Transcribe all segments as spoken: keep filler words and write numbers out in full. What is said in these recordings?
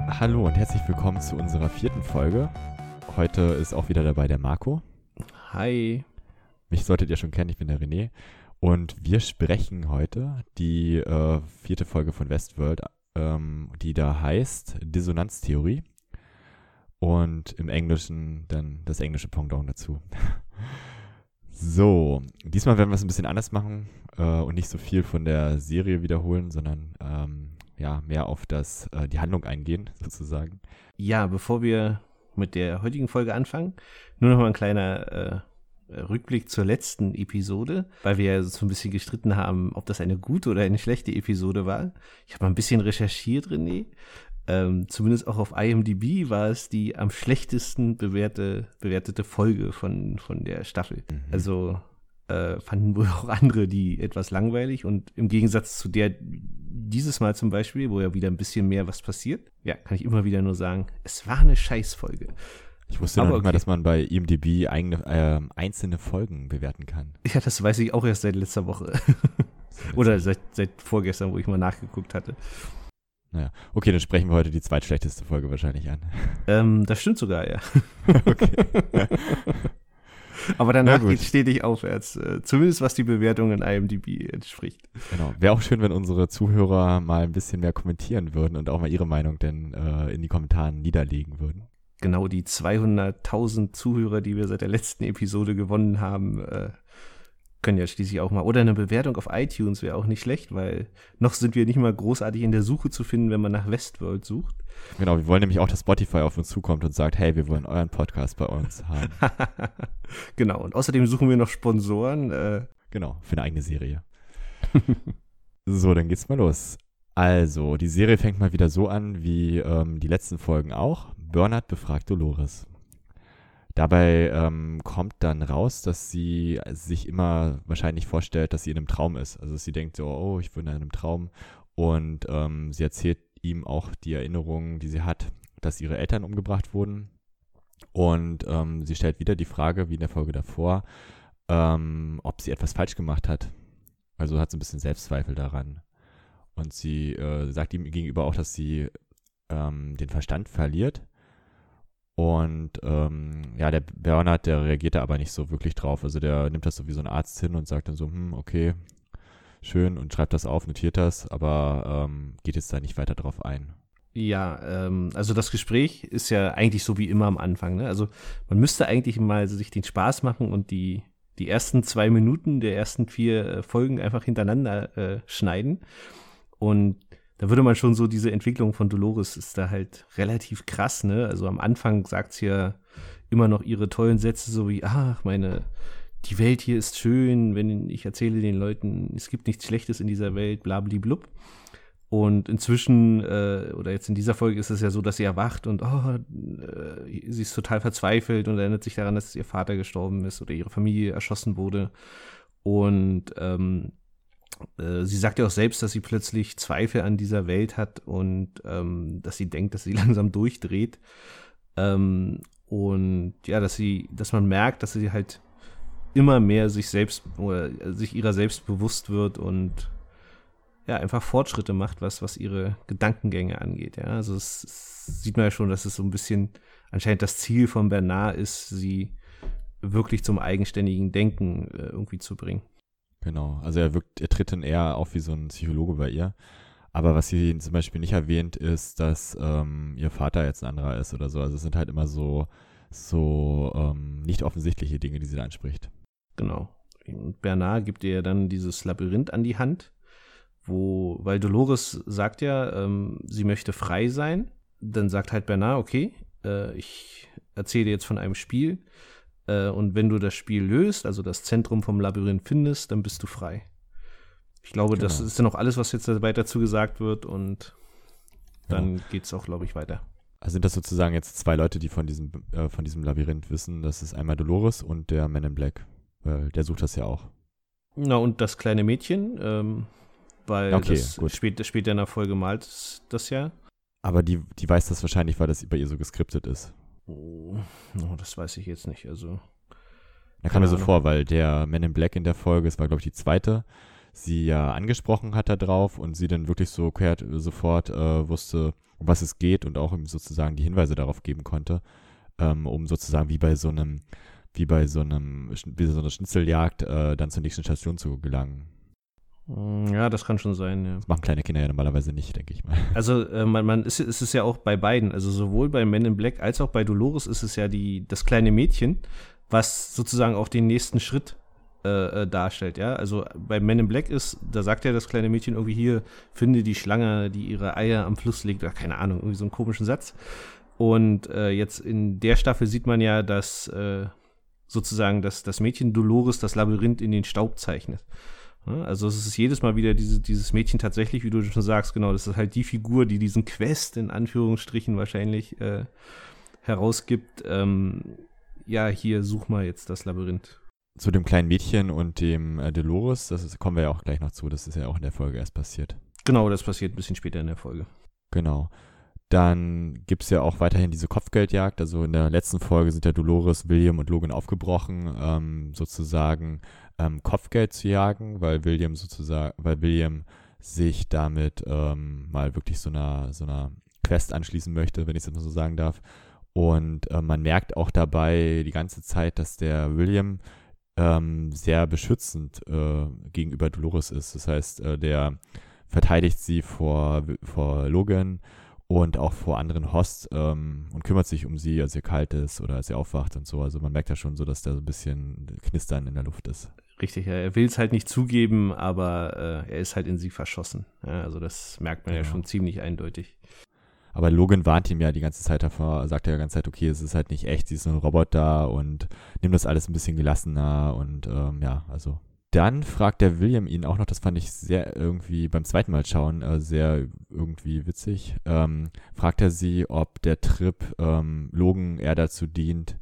Hallo und herzlich willkommen zu unserer vierten Folge. Heute ist auch wieder dabei der Marco. Hi. Mich solltet ihr schon kennen, ich bin der René. Und wir sprechen heute die äh, vierte Folge von Westworld, ähm, die da heißt Dissonanztheorie. Und im Englischen dann das englische Pendant dazu. So, diesmal werden wir es ein bisschen anders machen äh, und nicht so viel von der Serie wiederholen, sondern ähm, ja, mehr auf das, äh, die Handlung eingehen, sozusagen. Ja, bevor wir mit der heutigen Folge anfangen, nur noch mal ein kleiner äh, Rückblick zur letzten Episode, weil wir ja so ein bisschen gestritten haben, ob das eine gute oder eine schlechte Episode war. Ich habe mal ein bisschen recherchiert, René. Ähm, zumindest auch auf I M D B war es die am schlechtesten bewährte, bewertete Folge von, von der Staffel. Mhm. Also äh, fanden wohl auch andere die etwas langweilig und im Gegensatz zu der dieses Mal zum Beispiel, wo ja wieder ein bisschen mehr was passiert, ja, kann ich immer wieder nur sagen, es war eine Scheißfolge. Ich wusste noch nicht okay. mal, dass man bei I M D B eigene, äh, einzelne Folgen bewerten kann. Ja, das weiß ich auch erst seit letzter Woche. Oder seit, seit vorgestern, wo ich mal nachgeguckt hatte. Naja, okay, dann sprechen wir heute die zweitschlechteste Folge wahrscheinlich an. Ähm, das stimmt sogar, ja. Okay. Aber danach geht es stetig aufwärts, äh, zumindest was die Bewertung in I M D B entspricht. Genau, wäre auch schön, wenn unsere Zuhörer mal ein bisschen mehr kommentieren würden und auch mal ihre Meinung denn äh, in die Kommentare niederlegen würden. Genau, die zweihunderttausend Zuhörer, die wir seit der letzten Episode gewonnen haben, äh, können ja schließlich auch mal, oder eine Bewertung auf iTunes wäre auch nicht schlecht, weil noch sind wir nicht mal großartig in der Suche zu finden, wenn man nach Westworld sucht. Genau, wir wollen nämlich auch, dass Spotify auf uns zukommt und sagt, hey, wir wollen euren Podcast bei uns haben. Genau, und außerdem suchen wir noch Sponsoren. Äh. Genau, für eine eigene Serie. So, dann geht's mal los. Also, die Serie fängt mal wieder so an, wie ähm, die letzten Folgen auch. Bernard befragt Dolores. Dabei ähm, kommt dann raus, dass sie sich immer wahrscheinlich vorstellt, dass sie in einem Traum ist. Also sie denkt so, oh, ich bin in einem Traum. Und ähm, sie erzählt ihm auch die Erinnerungen, die sie hat, dass ihre Eltern umgebracht wurden. Und ähm, sie stellt wieder die Frage, wie in der Folge davor, ähm, ob sie etwas falsch gemacht hat. Also hat so ein bisschen Selbstzweifel daran. Und sie äh, sagt ihm gegenüber auch, dass sie ähm, den Verstand verliert. Und ähm, ja, der Bernard, der reagiert da aber nicht so wirklich drauf. Also der nimmt das so wie so ein Arzt hin und sagt dann so, hm, okay, schön und schreibt das auf, notiert das, aber ähm, geht jetzt da nicht weiter drauf ein. Ja, ähm, also das Gespräch ist ja eigentlich so wie immer am Anfang, ne? Also man müsste eigentlich mal sich den Spaß machen und die, die ersten zwei Minuten der ersten vier äh, Folgen einfach hintereinander äh, schneiden. Und da würde man schon so, diese Entwicklung von Dolores ist da halt relativ krass, ne? Also am Anfang sagt sie ja immer noch ihre tollen Sätze, so wie, ach, meine, die Welt hier ist schön, wenn ich erzähle den Leuten, es gibt nichts Schlechtes in dieser Welt, blablablub. Und inzwischen, äh, oder jetzt in dieser Folge ist es ja so, dass sie erwacht und oh, äh, sie ist total verzweifelt und erinnert sich daran, dass ihr Vater gestorben ist oder ihre Familie erschossen wurde. Und ähm, sie sagt ja auch selbst, dass sie plötzlich Zweifel an dieser Welt hat und ähm, dass sie denkt, dass sie langsam durchdreht. Ähm, und ja, dass sie, dass man merkt, dass sie halt immer mehr sich selbst oder sich ihrer selbst bewusst wird und ja, einfach Fortschritte macht, was, was ihre Gedankengänge angeht. Ja, also es, es sieht man ja schon, dass es so ein bisschen anscheinend das Ziel von Bernard ist, sie wirklich zum eigenständigen Denken äh, irgendwie zu bringen. Genau, also er wirkt, er tritt dann eher auf wie so ein Psychologe bei ihr. Aber was sie zum Beispiel nicht erwähnt, ist, dass ähm, ihr Vater jetzt ein anderer ist oder so. Also es sind halt immer so, so ähm, nicht offensichtliche Dinge, die sie da anspricht. Genau. Und Bernard gibt ihr dann dieses Labyrinth an die Hand, wo, weil Dolores sagt ja, ähm, sie möchte frei sein. Dann sagt halt Bernard, okay, äh, ich erzähle jetzt von einem Spiel. Und wenn du das Spiel löst, also das Zentrum vom Labyrinth findest, dann bist du frei. Ich glaube, genau. Das ist dann auch alles, was jetzt weiter dazu gesagt wird und dann genau. Geht es auch, glaube ich, weiter. Also sind das sozusagen jetzt zwei Leute, die von diesem, äh, von diesem Labyrinth wissen. Das ist einmal Dolores und der Man in Black. Weil der sucht das ja auch. Na und das kleine Mädchen, ähm, weil okay, das gut. Spät, später in der Folge malt das ja. Aber die, die weiß das wahrscheinlich, weil das bei ihr so geskriptet ist. Oh, das weiß ich jetzt nicht, also. Da kam mir so vor, weil der Man in Black in der Folge, es war glaube ich die zweite, sie ja angesprochen hat da drauf und sie dann wirklich so kehrt, sofort äh, wusste, um was es geht und auch ihm sozusagen die Hinweise darauf geben konnte, ähm, um sozusagen wie bei so einem, wie bei so einem, wie so einer Schnitzeljagd äh, dann zur nächsten Station zu gelangen. Ja, das kann schon sein, ja. Das machen kleine Kinder ja normalerweise nicht, denke ich mal. Also äh, man, man ist, ist es ja auch bei beiden, also sowohl bei Men in Black als auch bei Dolores ist es ja die, das kleine Mädchen, was sozusagen auch den nächsten Schritt äh, äh, darstellt, ja. Also bei Men in Black ist, da sagt ja das kleine Mädchen irgendwie hier, finde die Schlange, die ihre Eier am Fluss legt, oder keine Ahnung, irgendwie so einen komischen Satz. Und äh, jetzt in der Staffel sieht man ja, dass äh, sozusagen das, das Mädchen Dolores das Labyrinth in den Staub zeichnet. Also es ist jedes Mal wieder diese, dieses Mädchen tatsächlich, wie du schon sagst, genau, das ist halt die Figur, die diesen Quest in Anführungsstrichen wahrscheinlich äh, herausgibt. Ähm, ja, hier, such mal jetzt das Labyrinth. Zu dem kleinen Mädchen und dem äh, Dolores, das ist, kommen wir ja auch gleich noch zu, das ist ja auch in der Folge erst passiert. Genau, das passiert ein bisschen später in der Folge. Genau. Dann gibt es ja auch weiterhin diese Kopfgeldjagd. Also in der letzten Folge sind ja Dolores, William und Logan aufgebrochen, ähm, sozusagen ähm, Kopfgeld zu jagen, weil William sozusagen, weil William sich damit ähm, mal wirklich so einer, so einer Quest anschließen möchte, wenn ich es jetzt mal so sagen darf. Und äh, man merkt auch dabei die ganze Zeit, dass der William ähm, sehr beschützend äh, gegenüber Dolores ist. Das heißt, äh, der verteidigt sie vor, vor Logan und auch vor anderen Hosts ähm, und kümmert sich um sie, als ihr kalt ist oder als sie aufwacht und so. Also man merkt ja schon so, dass da so ein bisschen Knistern in der Luft ist. Richtig, ja, er will es halt nicht zugeben, aber äh, er ist halt in sie verschossen. Ja, also das merkt man genau. ja schon ziemlich eindeutig. Aber Logan warnt ihm ja die ganze Zeit davor, sagt ja die ganze Zeit, okay, es ist halt nicht echt, sie ist nur ein Roboter und nimm das alles ein bisschen gelassener und ähm, ja, also. Dann fragt der William ihn auch noch, das fand ich sehr irgendwie beim zweiten Mal schauen, äh, sehr irgendwie witzig, ähm, fragt er sie, ob der Trip ähm, Logan eher dazu dient,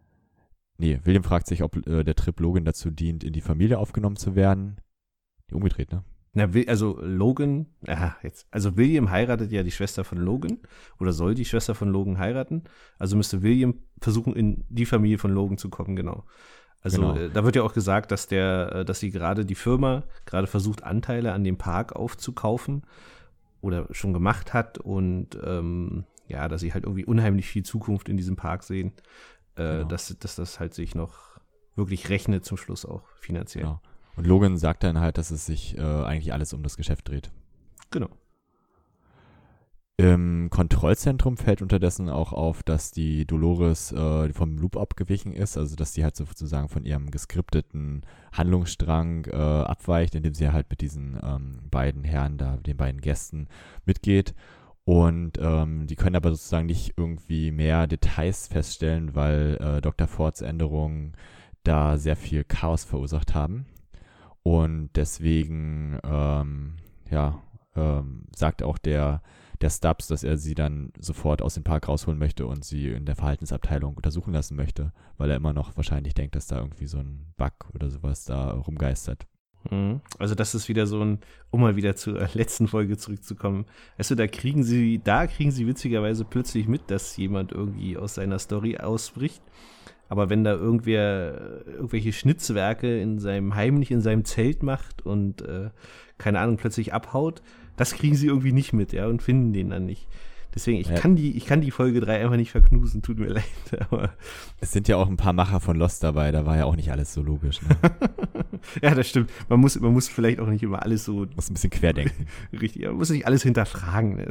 nee, William fragt sich, ob äh, der Trip Logan dazu dient, in die Familie aufgenommen zu werden. Nee, umgedreht, ne? Na, also Logan, aha, jetzt, also William heiratet ja die Schwester von Logan oder soll die Schwester von Logan heiraten, also müsste William versuchen, in die Familie von Logan zu kommen, genau. Also genau. äh, da wird ja auch gesagt, dass der, äh, dass sie gerade die Firma gerade versucht, Anteile an dem Park aufzukaufen oder schon gemacht hat und ähm, ja, dass sie halt irgendwie unheimlich viel Zukunft in diesem Park sehen, äh, genau. dass, dass das halt sich noch wirklich rechnet zum Schluss auch finanziell. Genau. Und Logan sagt dann halt, dass es sich äh, eigentlich alles um das Geschäft dreht. Genau. Im Kontrollzentrum fällt unterdessen auch auf, dass die Dolores äh, vom Loop abgewichen ist, also dass sie halt sozusagen von ihrem geskripteten Handlungsstrang äh, abweicht, indem sie halt mit diesen ähm, beiden Herren da, den beiden Gästen mitgeht. Und ähm, die können aber sozusagen nicht irgendwie mehr Details feststellen, weil äh, Doktor Fords Änderungen da sehr viel Chaos verursacht haben. Und deswegen, ähm, ja, ähm, sagt auch der der Stubbs, dass er sie dann sofort aus dem Park rausholen möchte und sie in der Verhaltensabteilung untersuchen lassen möchte, weil er immer noch wahrscheinlich denkt, dass da irgendwie so ein Bug oder sowas da rumgeistert. Also das ist wieder so ein, um mal wieder zur letzten Folge zurückzukommen. Weißt du, da kriegen sie, da kriegen sie witzigerweise plötzlich mit, dass jemand irgendwie aus seiner Story ausbricht. Aber wenn da irgendwer irgendwelche Schnitzwerke in seinem, heimlich in seinem Zelt macht und äh, keine Ahnung, plötzlich abhaut, das kriegen sie irgendwie nicht mit, ja, und finden den dann nicht. Deswegen, ich, ja. kann die, ich kann die Folge drei einfach nicht verknusen, tut mir leid. Aber es sind ja auch ein paar Macher von Lost dabei, da war ja auch nicht alles so logisch. Ne? Ja, das stimmt. Man muss, man muss vielleicht auch nicht immer alles so. Man muss ein bisschen querdenken. Richtig, man muss nicht alles hinterfragen. Ne?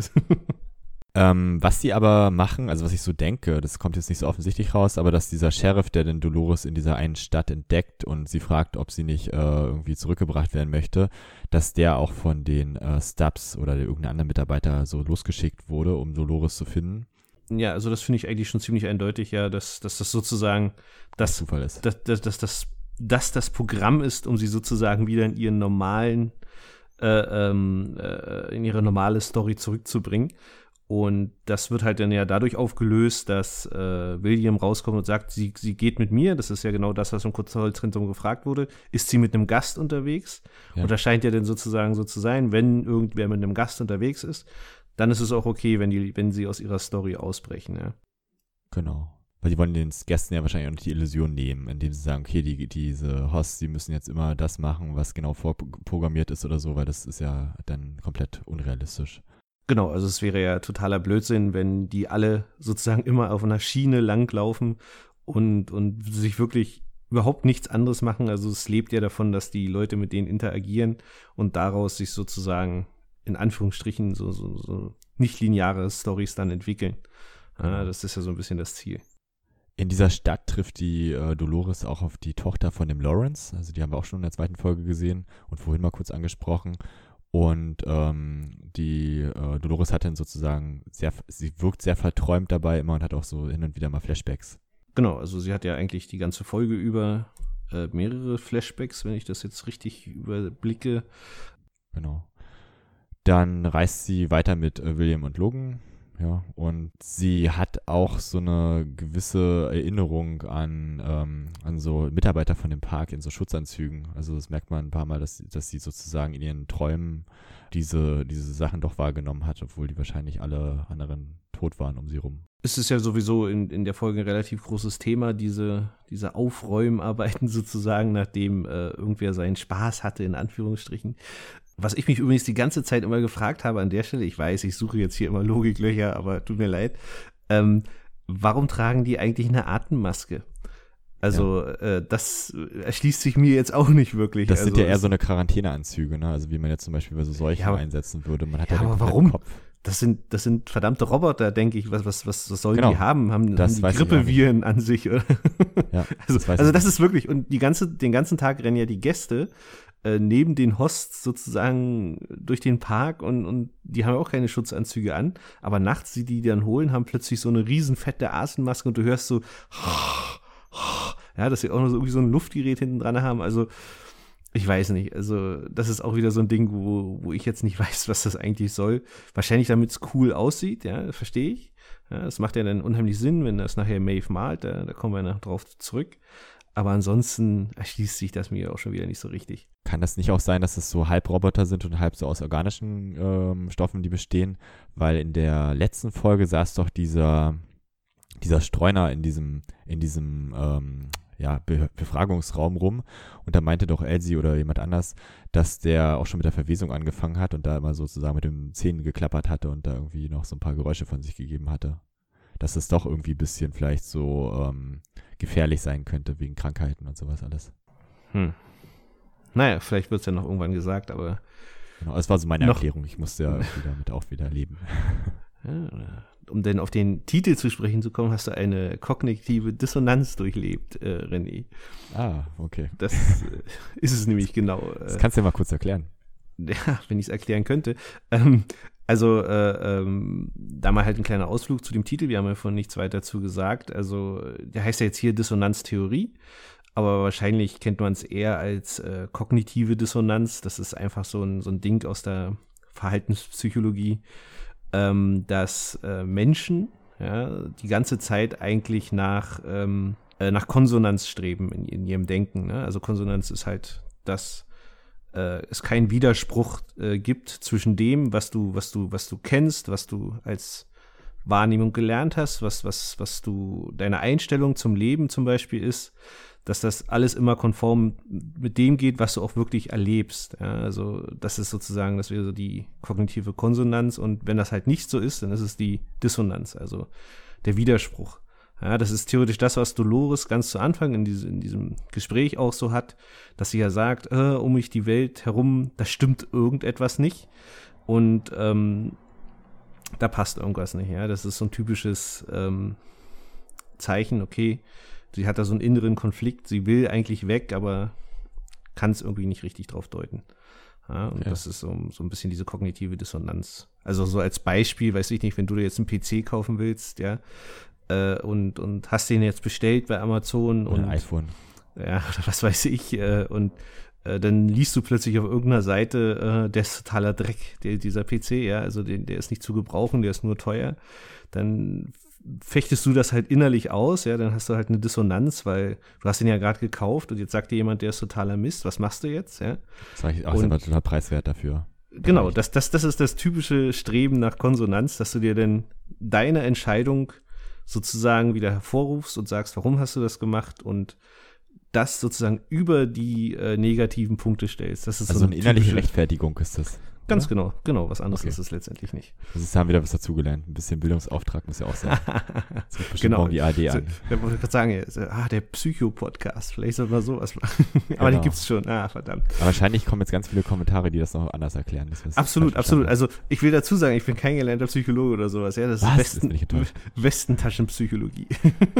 Ähm, was sie aber machen, also was ich so denke, das kommt jetzt nicht so offensichtlich raus, aber dass dieser Sheriff, der den Dolores in dieser einen Stadt entdeckt und sie fragt, ob sie nicht äh, irgendwie zurückgebracht werden möchte, dass der auch von den äh, Stubbs oder irgendeinem anderen Mitarbeiter so losgeschickt wurde, um Dolores zu finden. Ja, also das finde ich eigentlich schon ziemlich eindeutig, ja, dass, dass das sozusagen das, Zufall ist. Dass, dass, dass, dass, dass das Programm ist, um sie sozusagen wieder in ihren normalen, äh, ähm, äh, in ihre normale Story zurückzubringen. Und das wird halt dann ja dadurch aufgelöst, dass äh, William rauskommt und sagt, sie, sie geht mit mir. Das ist ja genau das, was im Kontrollzentrum gefragt wurde. Ist sie mit einem Gast unterwegs? Ja. Und das scheint ja dann sozusagen so zu sein, wenn irgendwer mit einem Gast unterwegs ist, dann ist es auch okay, wenn, die, wenn sie aus ihrer Story ausbrechen. Ja. Genau. weil die wollen den Gästen ja wahrscheinlich auch nicht die Illusion nehmen, indem sie sagen, okay, die, diese Hosts, die müssen jetzt immer das machen, was genau vorprogrammiert ist oder so, weil das ist ja dann komplett unrealistisch. Genau, also es wäre ja totaler Blödsinn, wenn die alle sozusagen immer auf einer Schiene langlaufen und, und sich wirklich überhaupt nichts anderes machen. Also es lebt ja davon, dass die Leute mit denen interagieren und daraus sich sozusagen in Anführungsstrichen so, so, so nicht lineare Storys dann entwickeln. Ja, das ist ja so ein bisschen das Ziel. In dieser Stadt trifft die äh, Dolores auch auf die Tochter von dem Lawrence. Also die haben wir auch schon in der zweiten Folge gesehen und vorhin mal kurz angesprochen. Und ähm, die äh, Dolores hat dann sozusagen sehr, sie wirkt sehr verträumt dabei immer und hat auch so hin und wieder mal Flashbacks. Genau, also sie hat ja eigentlich die ganze Folge über äh, mehrere Flashbacks, wenn ich das jetzt richtig überblicke. Genau. Dann reist sie weiter mit äh, William und Logan. Ja, und sie hat auch so eine gewisse Erinnerung an, ähm, an so Mitarbeiter von dem Park in so Schutzanzügen. Also das merkt man ein paar Mal, dass, dass sie sozusagen in ihren Träumen diese, diese Sachen doch wahrgenommen hat, obwohl die wahrscheinlich alle anderen tot waren um sie rum. Es ist ja sowieso in, in der Folge ein relativ großes Thema, diese, diese Aufräumarbeiten sozusagen, nachdem äh, irgendwer seinen Spaß hatte, in Anführungsstrichen. Was ich mich übrigens die ganze Zeit immer gefragt habe an der Stelle, ich weiß, ich suche jetzt hier immer Logiklöcher, aber tut mir leid, ähm, warum tragen die eigentlich eine Atemmaske? Also ja. äh, das erschließt sich mir jetzt auch nicht wirklich. Das also, sind ja eher so eine Quarantäneanzüge, ne? Also wie man jetzt zum Beispiel bei so Seuchen ja, einsetzen würde. Man hat ja, ja aber warum? Kopf. Das sind, das sind verdammte Roboter, denke ich. Was, was, was, was sollen genau. die haben? Haben, haben die Grippeviren an sich? Oder? Ja, also das, also das ist wirklich, und die ganze, den ganzen Tag rennen ja die Gäste äh, neben den Hosts sozusagen durch den Park und, und die haben auch keine Schutzanzüge an. Aber nachts, die die dann holen, haben plötzlich so eine riesen fette Atemmaske und du hörst so, ja, dass sie auch noch so irgendwie so ein Luftgerät hinten dran haben. Also ich weiß nicht, also das ist auch wieder so ein Ding, wo, wo ich jetzt nicht weiß, was das eigentlich soll. Wahrscheinlich, damit es cool aussieht, ja, verstehe ich. Ja, das macht ja dann unheimlich Sinn, wenn das nachher Maeve malt, da, da kommen wir noch drauf zurück. Aber ansonsten erschließt sich das mir auch schon wieder nicht so richtig. Kann das nicht auch sein, dass es so halb Roboter sind und halb so aus organischen ähm, Stoffen, die bestehen? Weil in der letzten Folge saß doch dieser, dieser Streuner in diesem, in diesem ähm, ja, Be- Befragungsraum rum und da meinte doch Elsie oder jemand anders, dass der auch schon mit der Verwesung angefangen hat und da immer sozusagen mit den Zähnen geklappert hatte und da irgendwie noch so ein paar Geräusche von sich gegeben hatte. Dass es doch irgendwie ein bisschen vielleicht so ähm, gefährlich sein könnte wegen Krankheiten und sowas alles. Hm. Naja, vielleicht wird es ja noch irgendwann gesagt, aber genau, das war so meine Erklärung. Ich musste ja damit auch wieder leben. Ja, um denn auf den Titel zu sprechen zu kommen, hast du eine kognitive Dissonanz durchlebt, äh, René. Ah, okay. Das äh, ist es nämlich genau. Äh, das kannst du ja mal kurz erklären. Ja, wenn ich es erklären könnte. Ähm, also, äh, ähm, da mal halt ein kleiner Ausflug zu dem Titel. Wir haben ja vorhin nichts weiter dazu gesagt. Also, der heißt ja jetzt hier Dissonanztheorie. Aber wahrscheinlich kennt man es eher als äh, kognitive Dissonanz. Das ist einfach so ein, so ein Ding aus der Verhaltenspsychologie, ähm, dass äh, Menschen ja, die ganze Zeit eigentlich nach, ähm, äh, nach Konsonanz streben in, in ihrem Denken. Ne? Also Konsonanz ist halt, dass äh, es keinen Widerspruch äh, gibt zwischen dem, was du, was du, was du kennst, was du als Wahrnehmung gelernt hast, was, was, was du, deine Einstellung zum Leben zum Beispiel ist, dass das alles immer konform mit dem geht, was du auch wirklich erlebst. Ja, also das ist sozusagen, das wäre so die kognitive Konsonanz und wenn das halt nicht so ist, dann ist es die Dissonanz, also der Widerspruch. Ja, das ist theoretisch das, was Dolores ganz zu Anfang in, diese, in diesem Gespräch auch so hat, dass sie ja sagt, äh, um mich die Welt herum, da stimmt irgendetwas nicht und ähm, da passt irgendwas nicht. Ja, das ist so ein typisches ähm, Zeichen, okay, sie hat da so einen inneren Konflikt, sie will eigentlich weg, aber kann es irgendwie nicht richtig drauf deuten. Ja, und ja. Das ist so, so ein bisschen diese kognitive Dissonanz. Also so als Beispiel, weiß ich nicht, wenn du dir jetzt einen P C kaufen willst, ja, äh, und, und hast den jetzt bestellt bei Amazon oder und ein iPhone. Ja, oder was weiß ich, äh, und äh, dann liest du plötzlich auf irgendeiner Seite, äh, der ist totaler Dreck, der, dieser P C, ja, also den, der ist nicht zu gebrauchen, der ist nur teuer, dann fechtest du das halt innerlich aus, ja, dann hast du halt eine Dissonanz, weil du hast den ja gerade gekauft und jetzt sagt dir jemand, der ist totaler Mist, was machst du jetzt, ja? Das sag ich auch, ist aber total preiswert dafür. Genau, das, das, das ist das typische Streben nach Konsonanz, dass du dir denn deine Entscheidung sozusagen wieder hervorrufst und sagst, warum hast du das gemacht und das sozusagen über die äh, negativen Punkte stellst. Das ist also so eine innerliche Rechtfertigung ist das. Ganz oder? genau, genau. Was anderes Okay. ist es letztendlich nicht. Also Sie haben wieder was dazugelernt. Ein bisschen Bildungsauftrag muss ja auch sein. Das wird bestimmt Genau. morgen die A R D So, an. da wollte ich gerade sagen, ja, so, ah, der Psycho-Podcast. Vielleicht sollten wir sowas machen. Aber Genau. den gibt's schon. Ah, verdammt. Aber wahrscheinlich kommen jetzt ganz viele Kommentare, die das noch anders erklären. Das ist Absolut, falsch absolut. verstanden. Also ich will dazu sagen, ich bin kein gelernter Psychologe oder sowas. Ja, das Was? ist Jetzt Westen, bin ich enttäuscht. Westentaschenpsychologie.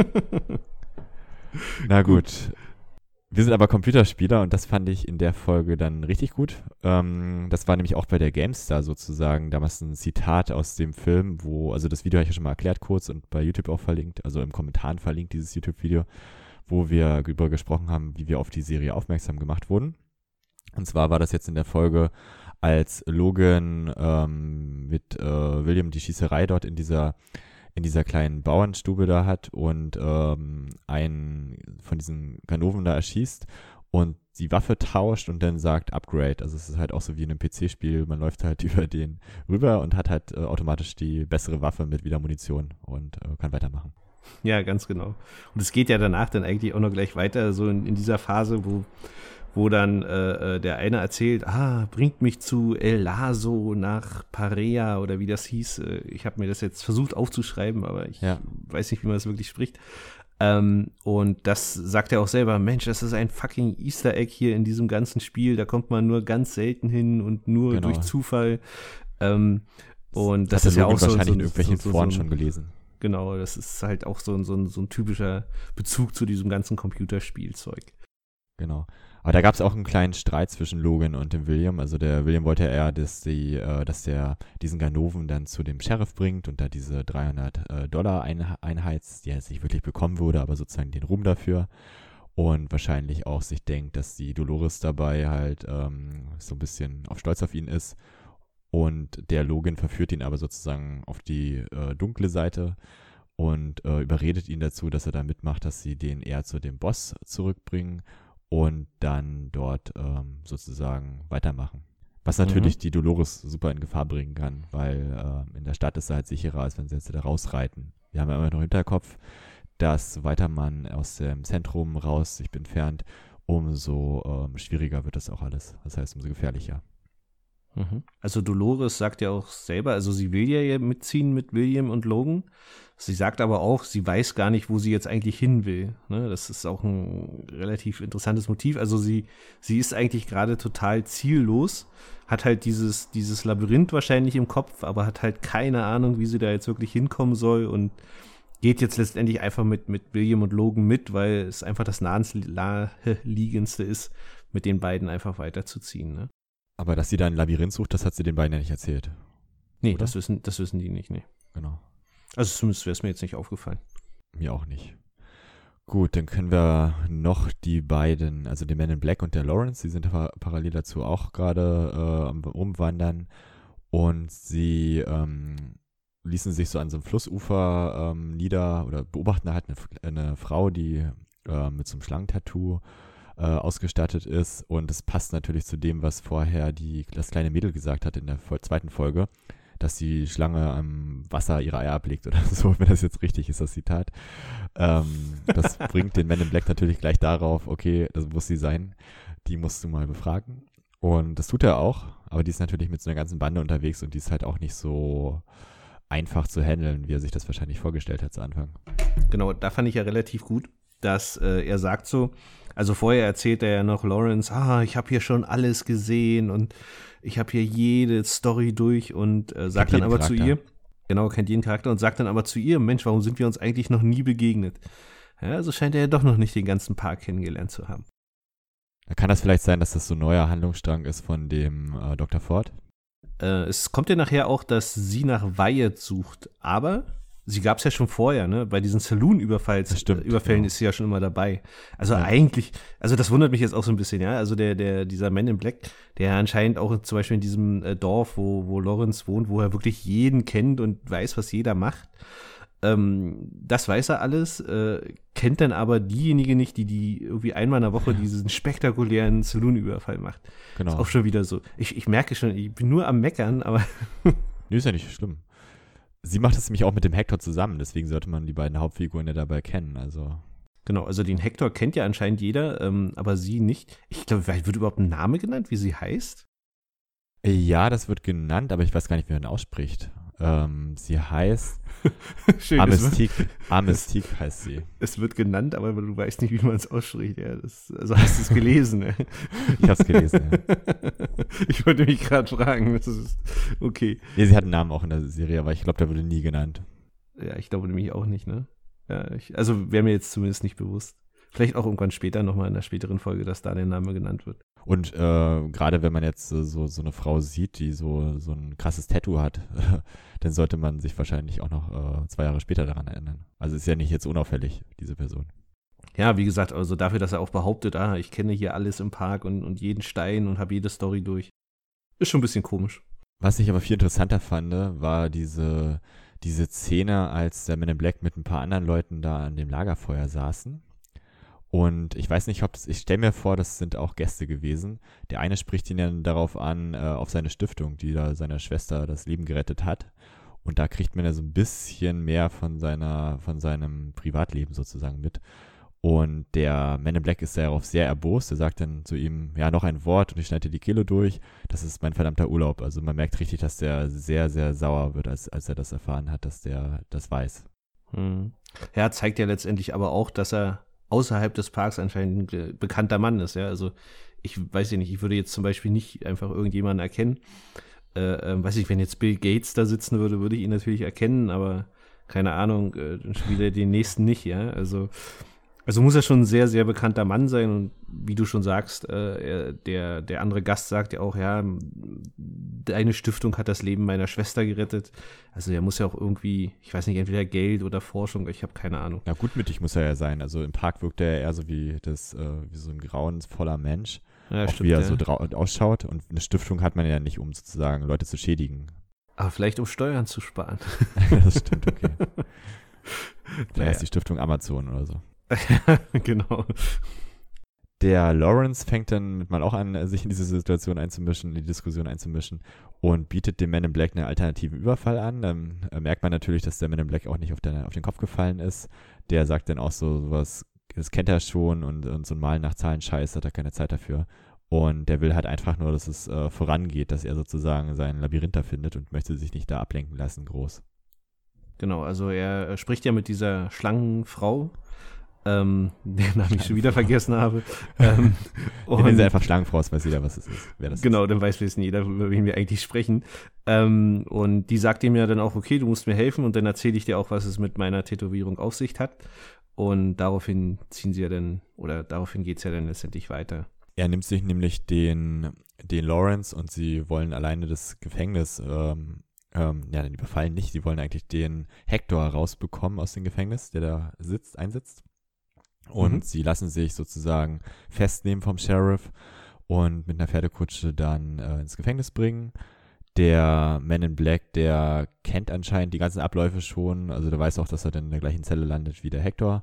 Na gut. Wir sind aber Computerspieler und das fand ich in der Folge dann richtig gut. Ähm, das war nämlich auch bei der GameStar sozusagen damals ein Zitat aus dem Film, wo, also das Video habe ich ja schon mal erklärt kurz und bei YouTube auch verlinkt, also im Kommentaren verlinkt dieses YouTube-Video, wo wir darüber gesprochen haben, wie wir auf die Serie aufmerksam gemacht wurden. Und zwar war das jetzt in der Folge, als Logan ähm, mit äh, William die Schießerei dort in dieser in dieser kleinen Bauernstube da hat und ähm, einen von diesen Ganoven da erschießt und die Waffe tauscht und dann sagt Upgrade. Also es ist halt auch so wie in einem P C-Spiel, man läuft halt über den rüber und hat halt äh, automatisch die bessere Waffe mit wieder Munition und äh, kann weitermachen. Ja, ganz genau. Und es geht ja danach dann eigentlich auch noch gleich weiter, so in, in dieser Phase, wo wo dann äh, der eine erzählt, ah, bringt mich zu El Lazo nach Parea oder wie das hieß. Ich habe mir das jetzt versucht aufzuschreiben, aber ich Ja. weiß nicht, wie man das wirklich spricht. Ähm, und das sagt er auch selber, Mensch, das ist ein fucking Easter Egg hier in diesem ganzen Spiel, da kommt man nur ganz selten hin und nur Genau. durch Zufall. Ähm, und das Hat ist der ja Logan auch so, wahrscheinlich so, in irgendwelchen so, so, Foren so ein, schon gelesen. Genau, das ist halt auch so, ein- so, ein- so ein typischer Bezug zu diesem ganzen Computerspielzeug. Genau. Aber da gab es auch einen kleinen Streit zwischen Logan und dem William. Also der William wollte ja eher, dass, die, äh, dass der diesen Ganoven dann zu dem Sheriff bringt und da diese dreihundert äh, Dollar ein, einheizt, die er jetzt nicht wirklich bekommen würde, aber sozusagen den Ruhm dafür. Und wahrscheinlich auch sich denkt, dass die Dolores dabei halt ähm, so ein bisschen auf Stolz auf ihn ist. Und der Logan verführt ihn aber sozusagen auf die äh, dunkle Seite und äh, überredet ihn dazu, dass er da mitmacht, dass sie den eher zu dem Boss zurückbringen und dann dort ähm, sozusagen weitermachen. Was natürlich Mhm. die Dolores super in Gefahr bringen kann, weil äh, in der Stadt ist er halt sicherer, als wenn sie jetzt da rausreiten. Wir haben ja immer noch im Hinterkopf, dass weiter man aus dem Zentrum raus sich entfernt, umso ähm, schwieriger wird das auch alles. Das heißt, umso gefährlicher. Also Dolores sagt ja auch selber, also sie will ja mitziehen mit William und Logan. Sie sagt aber auch, sie weiß gar nicht, wo sie jetzt eigentlich hin will. Ne? Das ist auch ein relativ interessantes Motiv. Also sie, sie ist eigentlich gerade total ziellos, hat halt dieses, dieses Labyrinth wahrscheinlich im Kopf, aber hat halt keine Ahnung, wie sie da jetzt wirklich hinkommen soll und geht jetzt letztendlich einfach mit, mit William und Logan mit, weil es einfach das naheliegendste ist, mit den beiden einfach weiterzuziehen. Ne? Aber dass sie da ein Labyrinth sucht, das hat sie den beiden ja nicht erzählt. Nee, Oder? das wissen, das wissen die nicht, nee. Genau. Also zumindest wäre es mir jetzt nicht aufgefallen. Mir auch nicht. Gut, dann können wir noch die beiden, also den Man in Black und der Lawrence, die sind par- parallel dazu auch gerade äh, am Umwandern und sie ähm, ließen sich so an so einem Flussufer ähm, nieder oder beobachten halt eine, eine Frau, die äh, mit so einem Schlangentattoo äh, ausgestattet ist und es passt natürlich zu dem, was vorher die, das kleine Mädel gesagt hat in der Fol- zweiten Folge, dass die Schlange am Wasser ihre Eier ablegt oder so, wenn das jetzt richtig ist, das Zitat. Ähm, das bringt den Man in Black natürlich gleich darauf, okay, das muss sie sein, die musst du mal befragen. Und das tut er auch, aber die ist natürlich mit so einer ganzen Bande unterwegs und die ist halt auch nicht so einfach zu handeln, wie er sich das wahrscheinlich vorgestellt hat zu Anfang. Genau, da fand ich ja relativ gut, dass äh, er sagt so, also vorher erzählt er ja noch Lawrence, ah, ich habe hier schon alles gesehen und ich habe hier jede Story durch und äh, sagt dann jeden aber zu Charakter. ihr, genau, kennt jeden Charakter und sagt dann aber zu ihr, Mensch, warum sind wir uns eigentlich noch nie begegnet? Ja, also scheint er ja doch noch nicht den ganzen Park kennengelernt zu haben. Da kann das vielleicht sein, dass das so ein neuer Handlungsstrang ist von dem äh, Doktor Ford? Äh, es kommt ja nachher auch, dass sie nach Wyatt sucht, aber sie gab es ja schon vorher, ne? Bei diesen Saloon-Überfalls, Das stimmt, äh, Überfällen genau. ist sie ja schon immer dabei. Also Ja. eigentlich, also das wundert mich jetzt auch so ein bisschen, ja. Also der, der, dieser Man in Black, der anscheinend auch zum Beispiel in diesem äh, Dorf, wo, wo Lawrence wohnt, wo er wirklich jeden kennt und weiß, was jeder macht. Ähm, das weiß er alles, äh, kennt dann aber diejenige nicht, die die irgendwie einmal in der Woche diesen spektakulären Saloon-Überfall macht. Genau. Ist auch schon wieder so. Ich, ich merke schon, ich bin nur am Meckern, aber Nee, ist ja nicht schlimm. Sie macht es nämlich auch mit dem Hector zusammen, deswegen sollte man die beiden Hauptfiguren ja dabei kennen, also. Genau, also den Hector kennt ja anscheinend jeder, ähm, aber sie nicht. Ich glaube, wird überhaupt ein Name genannt, wie sie heißt? Ja, das wird genannt, aber ich weiß gar nicht, wie man ausspricht. Ähm, sie heißt Schön, Amystique. Amystique heißt sie. Es wird genannt, aber du weißt nicht, wie man es ausspricht. Ja, das, also hast du es gelesen? Ja. Ich habe es gelesen, ja. Ich wollte mich gerade fragen. Das ist okay. Nee, sie hat einen Namen auch in der Serie, aber ich glaube, der wurde nie genannt. Ja, ich glaube nämlich auch nicht, ne? Ja, ich, also wäre mir jetzt zumindest nicht bewusst. Vielleicht auch irgendwann später nochmal in einer späteren Folge, dass da der Name genannt wird. Und äh, gerade wenn man jetzt äh, so, so eine Frau sieht, die so, so ein krasses Tattoo hat, dann sollte man sich wahrscheinlich auch noch äh, zwei Jahre später daran erinnern. Also ist ja nicht jetzt unauffällig, diese Person. Ja, wie gesagt, also dafür, dass er auch behauptet, ah, ich kenne hier alles im Park und, und jeden Stein und habe jede Story durch. Ist schon ein bisschen komisch. Was ich aber viel interessanter fand, war diese, diese Szene, als der Man in Black mit ein paar anderen Leuten da an dem Lagerfeuer saßen. Und ich weiß nicht, ob das, ich stelle mir vor, das sind auch Gäste gewesen. Der eine spricht ihn dann darauf an, äh, auf seine Stiftung, die da seiner Schwester das Leben gerettet hat. Und da kriegt man ja so ein bisschen mehr von seiner, von seinem Privatleben sozusagen mit. Und der Man in Black ist darauf sehr erbost. Er sagt dann zu ihm, ja, noch ein Wort und ich schneide dir die Kehle durch. Das ist mein verdammter Urlaub. Also man merkt richtig, dass der sehr, sehr sauer wird, als, als er das erfahren hat, dass der das weiß. Hm. Ja, zeigt ja letztendlich aber auch, dass er außerhalb des Parks anscheinend ein bekannter Mann ist. Ja, also ich weiß ja nicht, ich würde jetzt zum Beispiel nicht einfach irgendjemanden erkennen. Äh, äh, weiß ich, wenn jetzt Bill Gates da sitzen würde, würde ich ihn natürlich erkennen, aber keine Ahnung, äh, dann schon wieder den nächsten nicht, ja. Also, also muss er schon ein sehr, sehr bekannter Mann sein und wie du schon sagst, äh, der, der andere Gast sagt ja auch, ja, deine Stiftung hat das Leben meiner Schwester gerettet. Also er muss ja auch irgendwie, ich weiß nicht, entweder Geld oder Forschung, ich habe keine Ahnung. Ja, gutmütig muss er ja sein. Also im Park wirkt er eher so wie, das, äh, wie so ein grauenvoller Mensch. Ja, auch stimmt, wie er ja. so drau- ausschaut. Und eine Stiftung hat man ja nicht, um sozusagen Leute zu schädigen. Aber vielleicht um Steuern zu sparen. Das stimmt, okay. Da Naja. ist die Stiftung Amazon oder so. Genau. Der Lawrence fängt dann mal auch an, sich in diese Situation einzumischen, in die Diskussion einzumischen und bietet dem Man in Black einen alternativen Überfall an. Dann äh, merkt man natürlich, dass der Man in Black auch nicht auf, der, auf den Kopf gefallen ist. Der sagt dann auch so sowas, das kennt er schon und, und so ein Malen nach Zahlen Scheiß hat er keine Zeit dafür. Und der will halt einfach nur, dass es äh, vorangeht, dass er sozusagen sein Labyrinth da findet und möchte sich nicht da ablenken lassen, groß. Genau, also er spricht ja mit dieser Schlangenfrau, ähm, den Namen ich schon wieder vergessen habe. ähm, Wir nennen sie einfach Schlangenfrau, weiß jeder, was es ist. Wer das genau, ist. dann weiß wissen jeder, über wen wir eigentlich sprechen. Ähm, und die sagt ihm ja dann auch, okay, du musst mir helfen und dann erzähle ich dir auch, was es mit meiner Tätowierung auf sich hat. Und daraufhin ziehen sie ja dann, oder daraufhin geht es ja dann letztendlich weiter. Er nimmt sich nämlich den, den Lawrence und sie wollen alleine das Gefängnis, ähm, ähm, ja, die überfallen nicht, sie wollen eigentlich den Hector rausbekommen aus dem Gefängnis, der da sitzt, einsitzt. Und Mhm. sie lassen sich sozusagen festnehmen vom Sheriff und mit einer Pferdekutsche dann äh, ins Gefängnis bringen. Der Man in Black, der kennt anscheinend die ganzen Abläufe schon, also der weiß auch, dass er dann in der gleichen Zelle landet wie der Hector.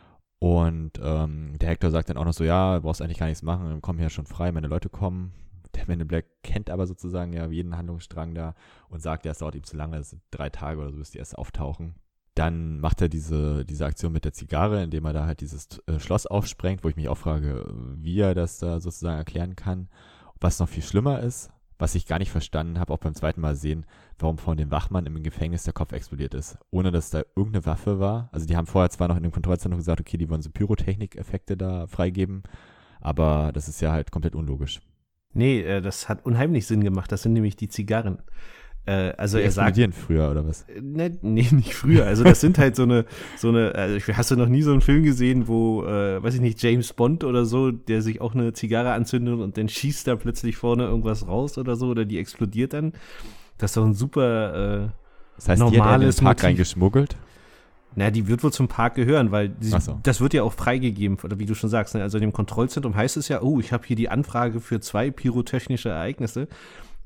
Und ähm, der Hector sagt dann auch noch so, ja, du brauchst eigentlich gar nichts machen, komm hier schon frei, meine Leute kommen. Der Man in Black kennt aber sozusagen ja jeden Handlungsstrang da und sagt, ja, es dauert ihm zu lange, es sind drei Tage oder so, bis die erst auftauchen. Dann macht er diese, diese Aktion mit der Zigarre, indem er da halt dieses äh, Schloss aufsprengt, wo ich mich auch frage, wie er das da sozusagen erklären kann. Was noch viel schlimmer ist, was ich gar nicht verstanden habe, auch beim zweiten Mal sehen, warum von dem Wachmann im Gefängnis der Kopf explodiert ist, ohne dass da irgendeine Waffe war. Also die haben vorher zwar noch in dem Kontrollzentrum gesagt, okay, die wollen so Pyrotechnik-Effekte da freigeben, aber das ist ja halt komplett unlogisch. Nee, äh, das hat unheimlich Sinn gemacht. Das sind nämlich die Zigarren. Äh, also Die er sagt, explodieren früher, oder was? Ne, nee, nicht früher. Also das sind halt so eine, so eine, also ich- hast du noch nie so einen Film gesehen, wo, äh, weiß ich nicht, James Bond oder so, der sich auch eine Zigarre anzündet und dann schießt da plötzlich vorne irgendwas raus oder so, oder die explodiert dann. Das ist doch ein super, äh, Das heißt, die hat er in den normales Park Motiv. reingeschmuggelt? na, die wird wohl zum Park gehören, weil die, Ach so. das wird ja auch freigegeben, oder wie du schon sagst, ne? Also in dem Kontrollzentrum heißt es ja, oh, ich habe hier die Anfrage für zwei pyrotechnische Ereignisse.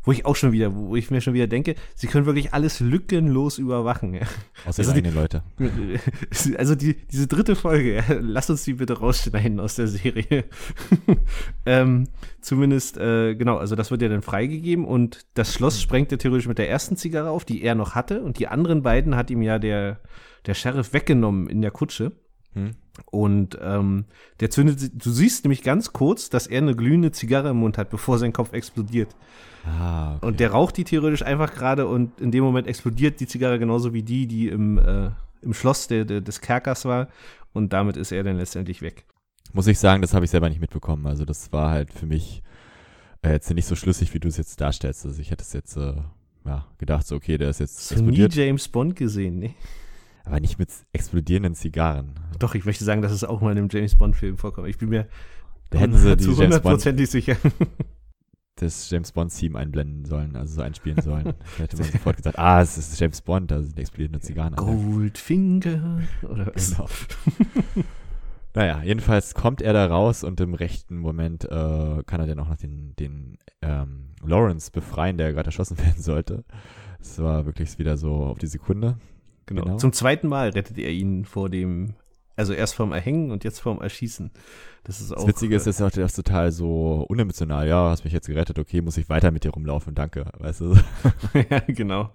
Wo ich auch schon wieder, wo ich mir schon wieder denke, sie können wirklich alles lückenlos überwachen. Ja. Außer Also die die- eigenen Leute. Also die, diese dritte Folge, ja, lass uns die bitte rausschneiden aus der Serie. ähm, zumindest, äh, genau, also das wird ja dann freigegeben und das Schloss sprengt er theoretisch mit der ersten Zigarre auf, die er noch hatte. Und die anderen beiden hat ihm ja der, der Sheriff weggenommen in der Kutsche. Hm? Und ähm, der zündet, sie- du siehst nämlich ganz kurz, dass er eine glühende Zigarre im Mund hat, bevor sein Kopf explodiert. Ah, okay. Und der raucht die theoretisch einfach gerade und in dem Moment explodiert die Zigarre genauso wie die, die im, äh, im Schloss der, der, des Kerkers war. Und damit ist er dann letztendlich weg. Muss ich sagen, das habe ich selber nicht mitbekommen. Also das war halt für mich äh, jetzt nicht so schlüssig, wie du es jetzt darstellst. Also ich hätte es jetzt äh, ja, gedacht, so okay, der ist jetzt Hast du nie explodiert. James Bond gesehen, ne? Aber nicht mit explodierenden Zigarren. Doch, ich möchte sagen, dass es auch mal in einem James Bond-Film vorkommt. Ich bin mir Da hätten sie die zu James Bond, hundertprozentig sicher. das James Bond-Theme einblenden sollen, also so einspielen sollen. Da hätte man sofort gesagt, ah, es ist James Bond, da sind explodierende Zigarren. an. Goldfinger oder was? Genau. Naja, jedenfalls kommt er da raus und im rechten Moment äh, kann er dann auch noch den, den ähm, Lawrence befreien, der gerade erschossen werden sollte. Es war wirklich wieder so auf die Sekunde. Genau. Genau. Zum zweiten Mal rettet er ihn vor dem, also erst vorm Erhängen und jetzt vorm Erschießen. Das ist auch. Das Witzige ist, äh, ist auch das total so unemotional. Ja, hast mich jetzt gerettet, okay, muss ich weiter mit dir rumlaufen, danke. Weißt du? ja, genau.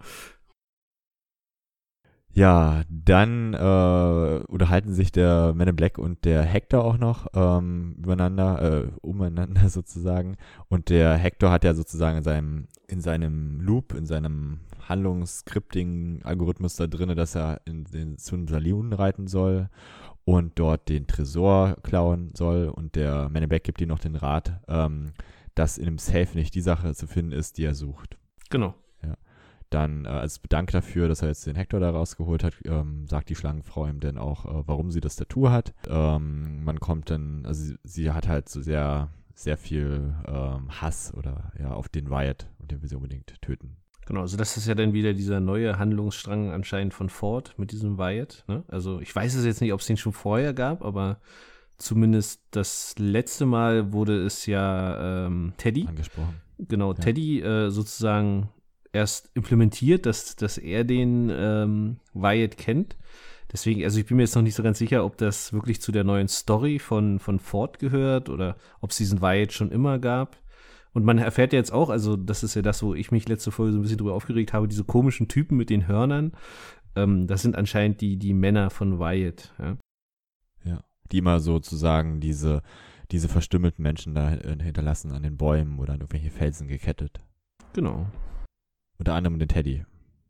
Ja, dann äh, unterhalten sich der Man in Black und der Hector auch noch ähm, übereinander, äh, umeinander sozusagen. Und der Hector hat ja sozusagen in seinem, in seinem Loop, in seinem Handlungsscripting-Algorithmus da drin, dass er in den zum Saloon reiten soll und dort den Tresor klauen soll. Und der Man in Black gibt ihm noch den Rat, ähm, dass in dem Safe nicht die Sache zu finden ist, die er sucht. Genau. Dann äh, als Bedank dafür, dass er jetzt den Hector da rausgeholt hat, ähm, sagt die Schlangenfrau ihm dann auch, äh, warum sie das Tattoo hat. Ähm, man kommt dann, also sie, sie hat halt so sehr, sehr viel ähm, Hass oder ja auf den Wyatt und den will sie unbedingt töten. Genau, also das ist ja dann wieder dieser neue Handlungsstrang anscheinend von Ford mit diesem Wyatt. Ne? Also ich weiß es jetzt nicht, ob es den schon vorher gab, aber zumindest das letzte Mal wurde es ja ähm, Teddy. Angesprochen. Genau, Ja. Teddy äh, sozusagen erst implementiert, dass, dass er den ähm, Wyatt kennt. Deswegen, also ich bin mir jetzt noch nicht so ganz sicher, ob das wirklich zu der neuen Story von, von Ford gehört oder ob es diesen Wyatt schon immer gab. Und man erfährt ja jetzt auch, also das ist ja das, wo ich mich letzte Folge so ein bisschen drüber aufgeregt habe, diese komischen Typen mit den Hörnern, ähm, das sind anscheinend die, die Männer von Wyatt. Ja. Ja. Die immer sozusagen diese, diese verstümmelten Menschen da äh, hinterlassen an den Bäumen oder an irgendwelche Felsen gekettet. Genau. Unter anderem den Teddy.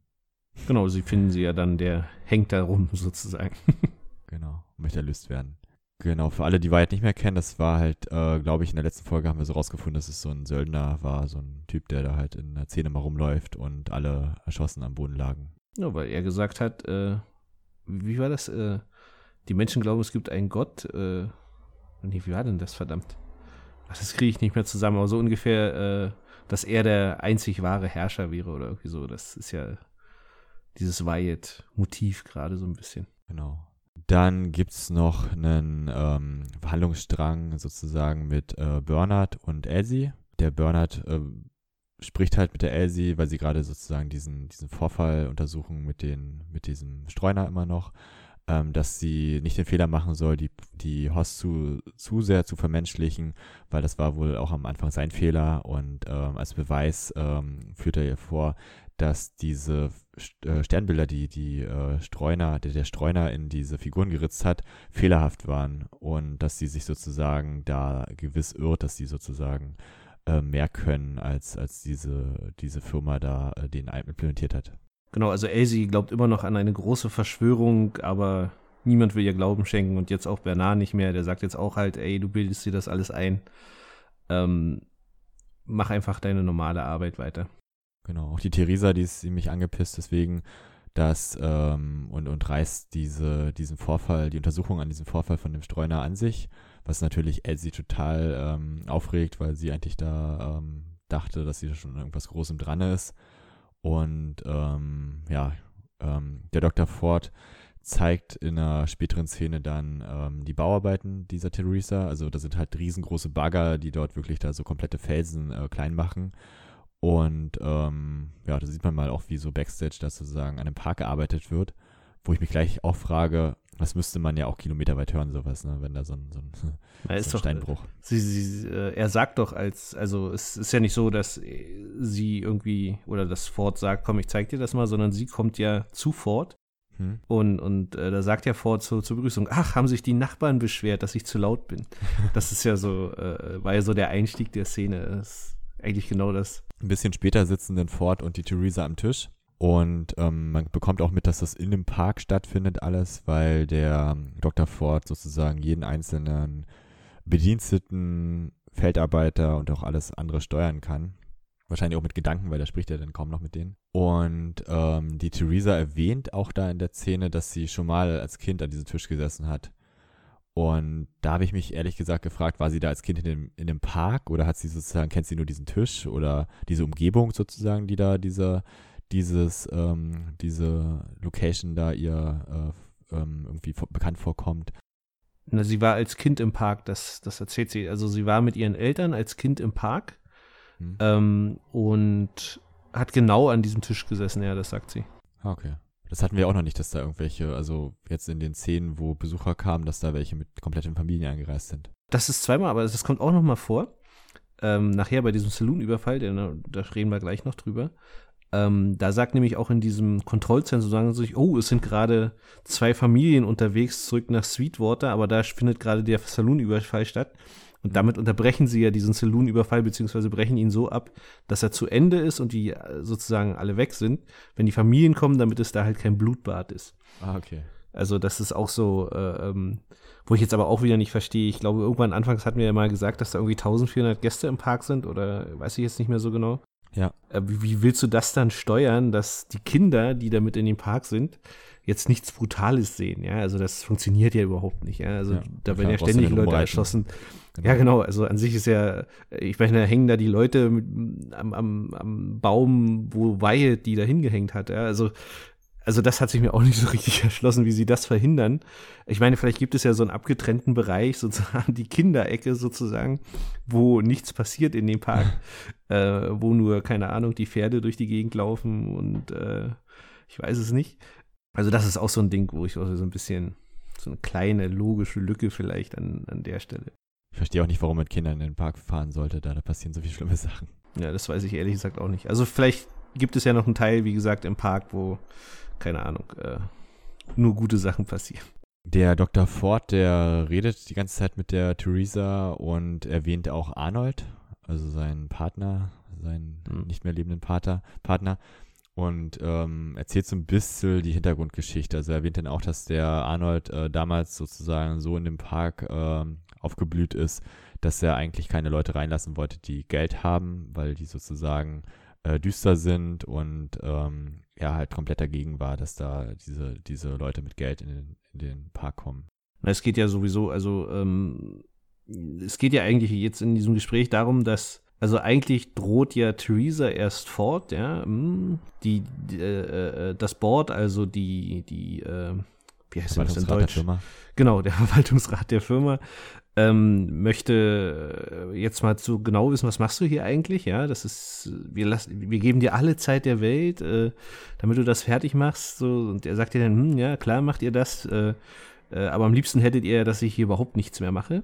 Genau, sie finden sie ja dann, der hängt da rum sozusagen. Genau, möchte erlöst werden. Genau, für alle, die Wyatt nicht mehr kennen, das war halt, äh, glaube ich, in der letzten Folge haben wir so rausgefunden, dass es so ein Söldner war, so ein Typ, der da halt in der Szene mal rumläuft und alle erschossen am Boden lagen. Ja, weil er gesagt hat, äh, wie war das? Äh, die Menschen glauben, es gibt einen Gott. Äh, nee, wie war denn das, verdammt? Ach, das kriege ich nicht mehr zusammen, aber so ungefähr, äh, dass er der einzig wahre Herrscher wäre oder irgendwie so. Das ist ja dieses Wyatt-Motiv gerade so ein bisschen. Genau. Dann gibt es noch einen ähm, Verhandlungsstrang sozusagen mit äh, Bernard und Elsie. Der Bernard äh, spricht halt mit der Elsie, weil sie gerade sozusagen diesen, diesen Vorfall untersuchen mit, den, mit diesem Streuner immer noch, ähm, dass sie nicht den Fehler machen soll, die, die Hoss zu, zu sehr zu vermenschlichen, weil das war wohl auch am Anfang sein Fehler und ähm, als Beweis ähm, führt er ihr vor, dass diese äh, Sternbilder, die die äh, Streuner, der, der Streuner in diese Figuren geritzt hat, fehlerhaft waren und dass sie sich sozusagen da gewiss irrt, dass sie sozusagen äh, mehr können, als, als diese, diese Firma da äh, den implementiert hat. Genau, also Elsie glaubt immer noch an eine große Verschwörung, aber niemand will ihr Glauben schenken und jetzt auch Bernard nicht mehr. Der sagt jetzt auch halt, ey, du bildest dir das alles ein. Ähm, mach einfach deine normale Arbeit weiter. Genau, auch die Theresa, die ist ziemlich angepisst deswegen, dass ähm, und, und reißt diese, diesen Vorfall, die Untersuchung an diesem Vorfall von dem Streuner an sich, was natürlich Elsie total ähm, aufregt, weil sie eigentlich da ähm, dachte, dass sie da schon irgendwas Großem dran ist. Und ähm, ja, ähm, der Doktor Ford zeigt in einer späteren Szene dann ähm, die Bauarbeiten dieser Theresa. Also da sind halt riesengroße Bagger, die dort wirklich da so komplette Felsen äh, klein machen. Und ähm, ja, da sieht man mal auch, wie so Backstage da sozusagen an dem Park gearbeitet wird, wo ich mich gleich auch frage, das müsste man ja auch kilometerweit hören, sowas, ne, wenn da so ein, so ein, Na, ist so ein doch, Steinbruch. Sie, sie, äh, er sagt doch als, also es ist ja nicht so, dass sie irgendwie, oder dass Ford sagt, komm, ich zeig dir das mal, sondern sie kommt ja zu Ford. Hm. Und, und äh, da sagt ja Ford so, zur Begrüßung, ach, haben sich die Nachbarn beschwert, dass ich zu laut bin. Das ist ja so, äh, war ja so der Einstieg der Szene. Das ist eigentlich genau das. Ein bisschen später sitzen dann Ford und die Theresa am Tisch. Und ähm, man bekommt auch mit, dass das in dem Park stattfindet alles, weil der Doktor Ford sozusagen jeden einzelnen Bediensteten, Feldarbeiter und auch alles andere steuern kann. Wahrscheinlich auch mit Gedanken, weil da spricht er dann kaum noch mit denen. Und ähm, die Theresa erwähnt auch da in der Szene, dass sie schon mal als Kind an diesem Tisch gesessen hat. Und da habe ich mich ehrlich gesagt gefragt, war sie da als Kind in dem, in dem Park oder hat sie sozusagen, kennt sie nur diesen Tisch oder diese Umgebung sozusagen, die da dieser dieses, ähm, diese Location da ihr äh, ähm, irgendwie vor, bekannt vorkommt. Na, sie war als Kind im Park, das, das erzählt sie. Also sie war mit ihren Eltern als Kind im Park hm. ähm, und hat genau an diesem Tisch gesessen, ja, das sagt sie. Ah, okay. Das hatten wir auch noch nicht, dass da irgendwelche, also jetzt in den Szenen, wo Besucher kamen, dass da welche mit kompletten Familien angereist sind. Das ist zweimal, aber das kommt auch noch mal vor. Ähm, nachher bei diesem Saloon-Überfall, da, da reden wir gleich noch drüber. Ähm, da sagt nämlich auch in diesem Kontrollzentrum, sagen sie sich, oh, es sind gerade zwei Familien unterwegs zurück nach Sweetwater, aber da findet gerade der Saloon-Überfall statt. Und damit unterbrechen sie ja diesen Saloon-Überfall, beziehungsweise brechen ihn so ab, dass er zu Ende ist und die sozusagen alle weg sind, wenn die Familien kommen, damit es da halt kein Blutbad ist. Ah, okay. Also das ist auch so, äh, ähm, wo ich jetzt aber auch wieder nicht verstehe. Ich glaube, irgendwann anfangs hatten wir ja mal gesagt, dass da irgendwie eintausendvierhundert Gäste im Park sind oder weiß ich jetzt nicht mehr so genau. Ja. Wie, wie willst du das dann steuern, dass die Kinder, die da mit in dem Park sind, jetzt nichts Brutales sehen? Ja, also das funktioniert ja überhaupt nicht. Ja, also ja, da werden ja ständig Leute erschossen. Genau. Ja, genau. Also an sich ist ja, ich meine, da hängen da die Leute mit, am, am, am Baum, wo Wyatt die da hingehängt hat. Ja, also Also das hat sich mir auch nicht so richtig erschlossen, wie sie das verhindern. Ich meine, vielleicht gibt es ja so einen abgetrennten Bereich, sozusagen die Kinderecke sozusagen, wo nichts passiert in dem Park, äh, wo nur, keine Ahnung, die Pferde durch die Gegend laufen und äh, ich weiß es nicht. Also das ist auch so ein Ding, wo ich auch so ein bisschen, so eine kleine logische Lücke vielleicht an, an der Stelle. Ich verstehe auch nicht, warum man mit Kindern in den Park fahren sollte, da, da passieren so viele schlimme Sachen. Ja, das weiß ich ehrlich gesagt auch nicht. Also vielleicht gibt es ja noch einen Teil, wie gesagt, im Park, wo keine Ahnung, äh, nur gute Sachen passieren. Der Doktor Ford, der redet die ganze Zeit mit der Theresa und erwähnt auch Arnold, also seinen Partner, seinen hm. nicht mehr lebenden Pater, Partner und ähm, erzählt so ein bisschen die Hintergrundgeschichte. Also er erwähnt dann auch, dass der Arnold äh, damals sozusagen so in dem Park äh, aufgeblüht ist, dass er eigentlich keine Leute reinlassen wollte, die Geld haben, weil die sozusagen äh, düster sind und ähm, ja, halt komplett dagegen war, dass da diese, diese Leute mit Geld in den, in den Park kommen. Es geht ja sowieso, also ähm, es geht ja eigentlich jetzt in diesem Gespräch darum, dass, also eigentlich droht ja Theresa erst Ford, ja, die, die äh, das Board, also die, die, äh, wie heißt das in Deutsch? Der Firma. Genau, der Verwaltungsrat der Firma, ähm, möchte jetzt mal zu genau wissen, was machst du hier eigentlich, ja, das ist, wir lassen, wir geben dir alle Zeit der Welt, äh, damit du das fertig machst, so, und er sagt dir dann, hm, ja, klar macht ihr das, äh, äh, aber am liebsten hättet ihr, dass ich hier überhaupt nichts mehr mache.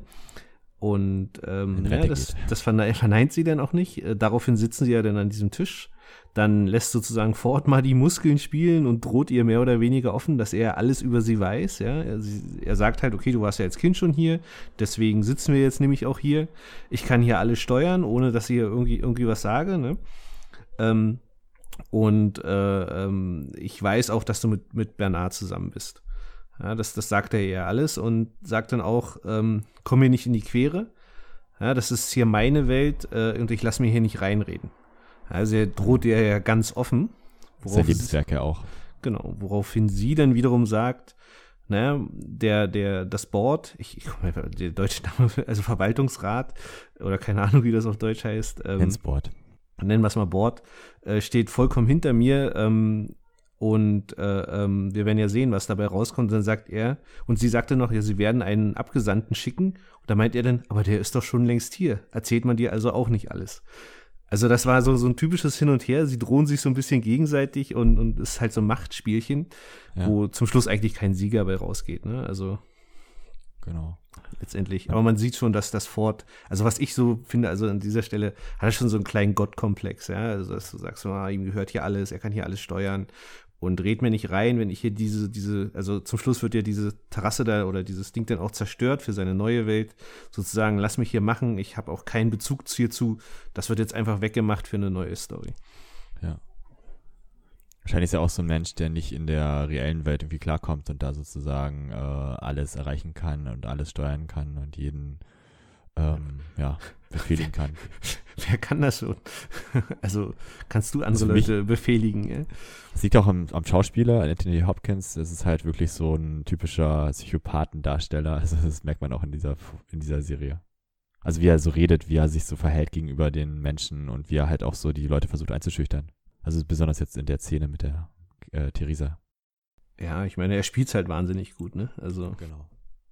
Und ähm, ja, das, das verneint sie dann auch nicht. Äh, daraufhin sitzen sie ja dann an diesem Tisch. Dann lässt sozusagen Ford mal die Muskeln spielen und droht ihr mehr oder weniger offen, dass er alles über sie weiß. Ja? Er, sie, er sagt halt, okay, du warst ja als Kind schon hier, deswegen sitzen wir jetzt nämlich auch hier. Ich kann hier alles steuern, ohne dass ich hier irgendwie, irgendwie was sage. Ne? Ähm, und äh, ähm, ich weiß auch, dass du mit, mit Bernard zusammen bist. Ja, das, das sagt er ja alles und sagt dann auch, ähm, komm mir nicht in die Quere. Ja, das ist hier meine Welt äh, und ich lasse mir hier nicht reinreden. Also er droht ihr ja ganz offen. Sein Lebenswerk ja auch. Genau, woraufhin sie dann wiederum sagt, naja, der, der, das Board, ich, ich komme mal, der deutsche Name, also Verwaltungsrat oder keine Ahnung, wie das auf Deutsch heißt. Ähm, Nenn's Board. Nennen wir es mal Board, äh, steht vollkommen hinter mir, ähm, und äh, ähm, wir werden ja sehen, was dabei rauskommt. Und dann sagt er, und sie sagte noch, ja, sie werden einen Abgesandten schicken. Und da meint er dann, aber der ist doch schon längst hier. Erzählt man dir also auch nicht alles. Also das war so, so ein typisches Hin und Her. Sie drohen sich so ein bisschen gegenseitig und, und es ist halt so ein Machtspielchen, Ja. wo zum Schluss eigentlich kein Sieger bei rausgeht. Ne? Also Genau. letztendlich. Aber man sieht schon, dass das Ford, also was ich so finde, also an dieser Stelle hat er schon so einen kleinen Gottkomplex. Ja? Also dass du sagst, ah, ihm gehört hier alles, er kann hier alles steuern. Und red mir nicht rein, wenn ich hier diese, diese, also zum Schluss wird ja diese Terrasse da oder dieses Ding dann auch zerstört für seine neue Welt. Sozusagen, lass mich hier machen, ich habe auch keinen Bezug hierzu. Das wird jetzt einfach weggemacht für eine neue Story. Ja. Wahrscheinlich ist er auch so ein Mensch, der nicht in der reellen Welt irgendwie klarkommt und da sozusagen äh, alles erreichen kann und alles steuern kann und jeden ähm, ja, befehligen kann. Wer kann das schon? Also kannst du andere Also mich- Leute befehligen? Ja? Es liegt auch am, am Schauspieler, Anthony Hopkins. Das ist halt wirklich so ein typischer Psychopathendarsteller. Also das merkt man auch in dieser, in dieser Serie. Also wie er so redet, wie er sich so verhält gegenüber den Menschen und wie er halt auch so die Leute versucht einzuschüchtern. Also besonders jetzt in der Szene mit der äh, Theresa. Ja, ich meine, er spielt halt wahnsinnig gut, ne? Also Genau.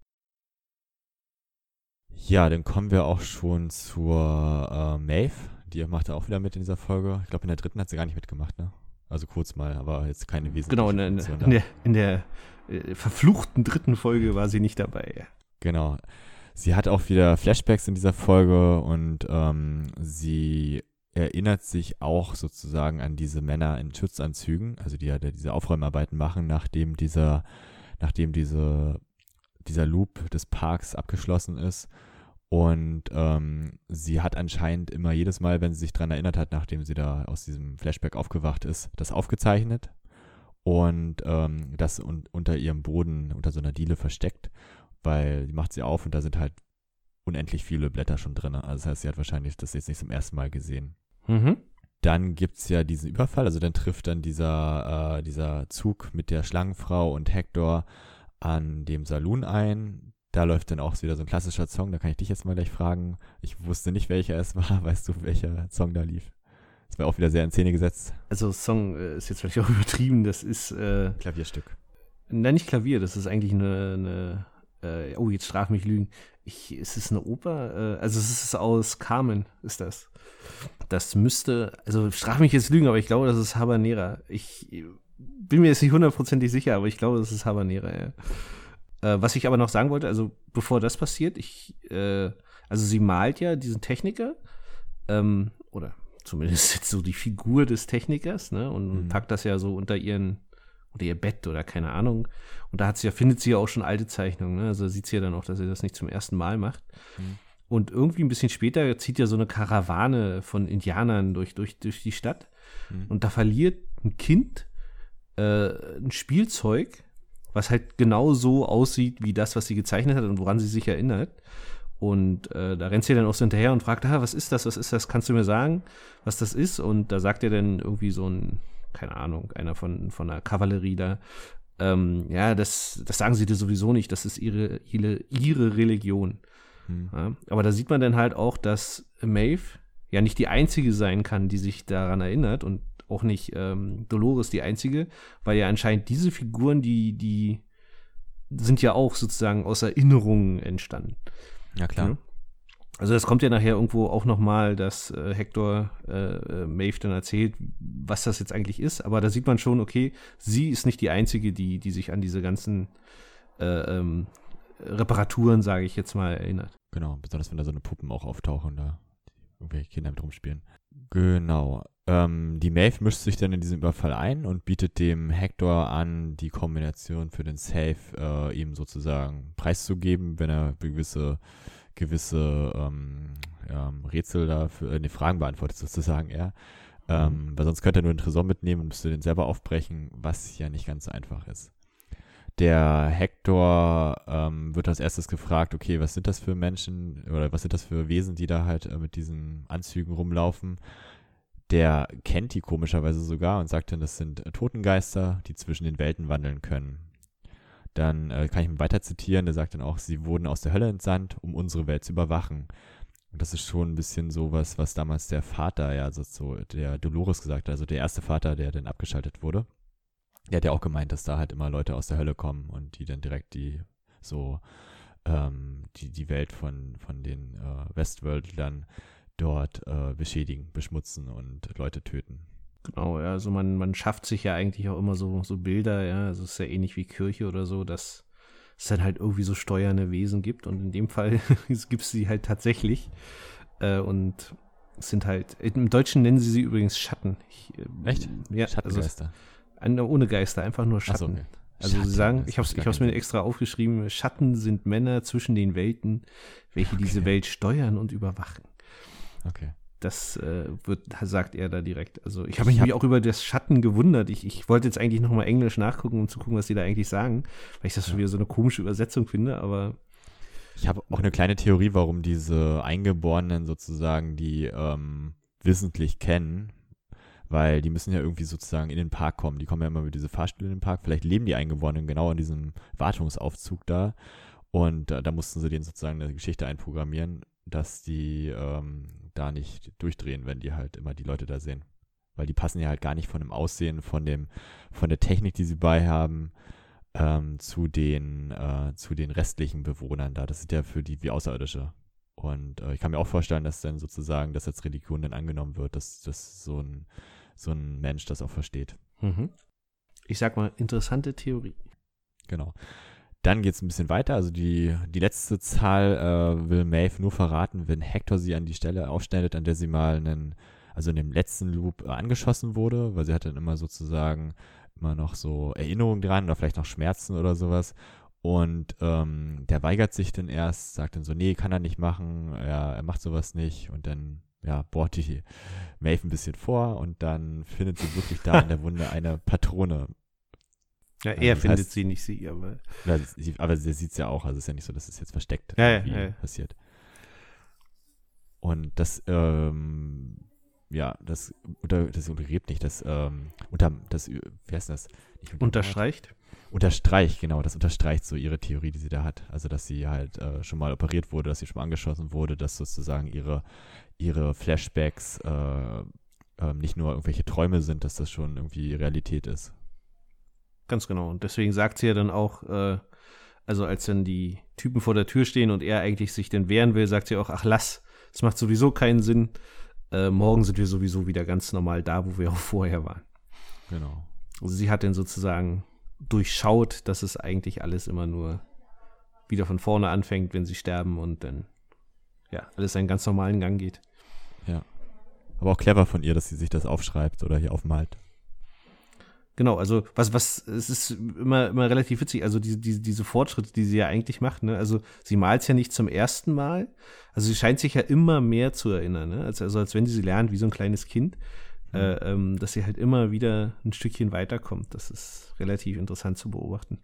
Ja, dann kommen wir auch schon zur äh, Maeve. Die macht da auch wieder mit in dieser Folge. Ich glaube, in der dritten hat sie gar nicht mitgemacht, ne? Also kurz mal, aber jetzt keine wesentliche genau, in, der- in, Funktion in da. der, in der äh, verfluchten dritten Folge war sie nicht dabei. Ja. Genau. Sie hat auch wieder Flashbacks in dieser Folge und ähm, sie erinnert sich auch sozusagen an diese Männer in Schutzanzügen, also die ja diese Aufräumarbeiten machen, nachdem dieser, nachdem diese, dieser Loop des Parks abgeschlossen ist. Und ähm, sie hat anscheinend immer jedes Mal, wenn sie sich daran erinnert hat, nachdem sie da aus diesem Flashback aufgewacht ist, das aufgezeichnet und ähm, das un- unter ihrem Boden, unter so einer Diele versteckt, weil die macht sie auf und da sind halt unendlich viele Blätter schon drin. Also das heißt, sie hat wahrscheinlich das jetzt nicht zum ersten Mal gesehen. Mhm. Dann gibt es ja diesen Überfall, also dann trifft dann dieser, äh, dieser Zug mit der Schlangenfrau und Hector an dem Saloon ein. Da läuft dann auch wieder so ein klassischer Song, da kann ich dich jetzt mal gleich fragen. Ich wusste nicht, welcher es war. Weißt du, welcher Song da lief? Das war auch wieder sehr in Szene gesetzt. Also Song äh, ist jetzt vielleicht auch übertrieben, das ist äh, Klavierstück. nein, nicht Klavier, das ist eigentlich eine, eine äh, oh, jetzt straf mich Lügen. Ich, ist es eine Oper? Äh, also es ist aus Carmen, ist das. Das müsste, also straf mich jetzt Lügen, aber ich glaube, das ist Habanera. Ich bin mir jetzt nicht hundertprozentig sicher, aber ich glaube, das ist Habanera, ja. Äh, was ich aber noch sagen wollte, also bevor das passiert, ich, äh, also sie malt ja diesen Techniker, ähm, oder zumindest jetzt so die Figur des Technikers, ne, und Mhm. packt das ja so unter ihren, unter ihr Bett oder keine Ahnung. Und da hat sie ja, findet sie ja auch schon alte Zeichnungen, ne, also sieht sie ja dann auch, dass sie das nicht zum ersten Mal macht. Mhm. Und irgendwie ein bisschen später zieht ja so eine Karawane von Indianern durch, durch, durch die Stadt. Mhm. Und da verliert ein Kind äh, ein Spielzeug, was halt genau so aussieht wie das, was sie gezeichnet hat und woran sie sich erinnert. Und äh, da rennt sie dann auch so hinterher und fragt, ah, was ist das, was ist das, kannst du mir sagen, was das ist? Und da sagt er dann irgendwie so ein, keine Ahnung, einer von, von der Kavallerie da, ähm, ja, das, das sagen sie dir sowieso nicht, das ist ihre, ihre, ihre Religion. Mhm. Ja, aber da sieht man dann halt auch, dass Maeve ja nicht die Einzige sein kann, die sich daran erinnert und auch nicht ähm, Dolores die Einzige, weil ja anscheinend diese Figuren, die, die sind ja auch sozusagen aus Erinnerungen entstanden. Ja, klar. Ja. Also das kommt ja nachher irgendwo auch nochmal, dass äh, Hector äh, Maeve dann erzählt, was das jetzt eigentlich ist. Aber da sieht man schon, okay, sie ist nicht die Einzige, die, die sich an diese ganzen äh, ähm, Reparaturen, sage ich jetzt mal, erinnert. Genau, besonders wenn da so eine Puppen auch auftauchen, da irgendwelche Kinder mit rumspielen. Genau. Ähm, die Maeve mischt sich dann in diesen Überfall ein und bietet dem Hector an, die Kombination für den Safe äh, ihm sozusagen preiszugeben, wenn er gewisse, gewisse ähm, ähm, Rätsel da, für, äh, nee, Fragen beantwortet sozusagen er. Ähm, weil sonst könnte er nur den Tresor mitnehmen und müsste den selber aufbrechen, was ja nicht ganz so einfach ist. Der Hector ähm, wird als erstes gefragt, okay, was sind das für Menschen oder was sind das für Wesen, die da halt äh, mit diesen Anzügen rumlaufen. Der kennt die komischerweise sogar und sagt dann, das sind äh, Totengeister, die zwischen den Welten wandeln können. Dann äh, kann ich ihn weiter zitieren, der sagt dann auch, sie wurden aus der Hölle entsandt, um unsere Welt zu überwachen. Und das ist schon ein bisschen sowas, was damals der Vater, ja, also so der Dolores gesagt hat, also der erste Vater, der dann abgeschaltet wurde. Der hat ja auch gemeint, dass da halt immer Leute aus der Hölle kommen und die dann direkt die so ähm, die, die Welt von, von den äh, Westworldlern dort äh, beschädigen, beschmutzen und Leute töten. Genau, ja, also man, man schafft sich ja eigentlich auch immer so, so Bilder, ja, also es ist ja ähnlich wie Kirche oder so, dass es dann halt irgendwie so steuernde Wesen gibt und in dem Fall gibt es sie halt tatsächlich äh, und es sind halt, im Deutschen nennen sie sie übrigens Schatten. Ich, äh, Echt? Ja, Schatteнгeister? Also, ohne Geister, einfach nur Schatten. Ach so, okay. Also Schatten, sie sagen, das ich habe es macht gar ich hab's mir keinen extra aufgeschrieben, Schatten sind Männer zwischen den Welten, welche Okay. diese Welt steuern und überwachen. Okay. Das äh, wird, sagt er da direkt. Also ich habe mich Ich hab- nämlich auch über das Schatten gewundert. Ich, ich wollte jetzt eigentlich nochmal Englisch nachgucken, um zu gucken, was die da eigentlich sagen, weil ich das schon Ja. wieder so eine komische Übersetzung finde, aber Ich habe auch eine kleine Theorie, warum diese Eingeborenen sozusagen die ähm, wissentlich kennen, weil die müssen ja irgendwie sozusagen in den Park kommen. Die kommen ja immer mit diese Fahrstühle in den Park. Vielleicht leben die Eingeborenen genau in diesem Wartungsaufzug da und äh, da mussten sie denen sozusagen eine Geschichte einprogrammieren, dass die ähm, da nicht durchdrehen, wenn die halt immer die Leute da sehen. Weil die passen ja halt gar nicht von dem Aussehen, von dem, von der Technik, die sie bei haben, ähm, zu den, äh, zu den restlichen Bewohnern da. Das sind ja für die wie Außerirdische. Und äh, ich kann mir auch vorstellen, dass dann sozusagen das als Religion dann angenommen wird, dass, dass so ein, so ein Mensch das auch versteht. mhm. ich sag mal, interessante Theorie. Genau. Dann geht es ein bisschen weiter. Also die, die letzte Zahl äh, will Maeve nur verraten, wenn Hector sie an die Stelle aufschneidet, an der sie mal einen, also in dem letzten Loop äh, angeschossen wurde, weil sie hat dann immer sozusagen immer noch so Erinnerungen dran oder vielleicht noch Schmerzen oder sowas. Und ähm, der weigert sich dann erst, sagt dann so, nee, kann er nicht machen, er, er macht sowas nicht. Und dann, ja, bohrt die Maeve ein bisschen vor und dann findet sie wirklich da an der Wunde eine Patrone. Ja, Ja, er das findet heißt- sie, nicht sie, aber Ja, sie, aber sie sieht es ja auch, also es ist ja nicht so, dass es jetzt versteckt Ja, ja, irgendwie ja, ja. passiert. Und das, ähm, ja, das, unter, das untergräbt nicht, das, ähm, unter, das, wie heißt das? Nicht unterstreicht. Unterstreicht, genau, das unterstreicht so ihre Theorie, die sie da hat. Also, dass sie halt äh, schon mal operiert wurde, dass sie schon mal angeschossen wurde, dass sozusagen ihre, ihre Flashbacks äh, ähm, nicht nur irgendwelche Träume sind, dass das schon irgendwie Realität ist. Ganz genau. Und deswegen sagt sie ja dann auch, äh, also als dann die Typen vor der Tür stehen und er eigentlich sich dann wehren will, sagt sie auch, ach lass, das macht sowieso keinen Sinn. Äh, morgen sind wir sowieso wieder ganz normal da, wo wir auch vorher waren. Genau. Also sie hat dann sozusagen durchschaut, dass es eigentlich alles immer nur wieder von vorne anfängt, wenn sie sterben und dann ja, alles seinen ganz normalen Gang geht. Aber auch clever von ihr, dass sie sich das aufschreibt oder hier aufmalt. Genau, also was, was, es ist immer, immer relativ witzig, also diese, diese, diese Fortschritte, die sie ja eigentlich macht, ne? Also sie malt es ja nicht zum ersten Mal, also sie scheint sich ja immer mehr zu erinnern, ne? Also, also als wenn sie sie lernt, wie so ein kleines Kind, mhm. äh, ähm, dass sie halt immer wieder ein Stückchen weiterkommt. Das ist relativ interessant zu beobachten.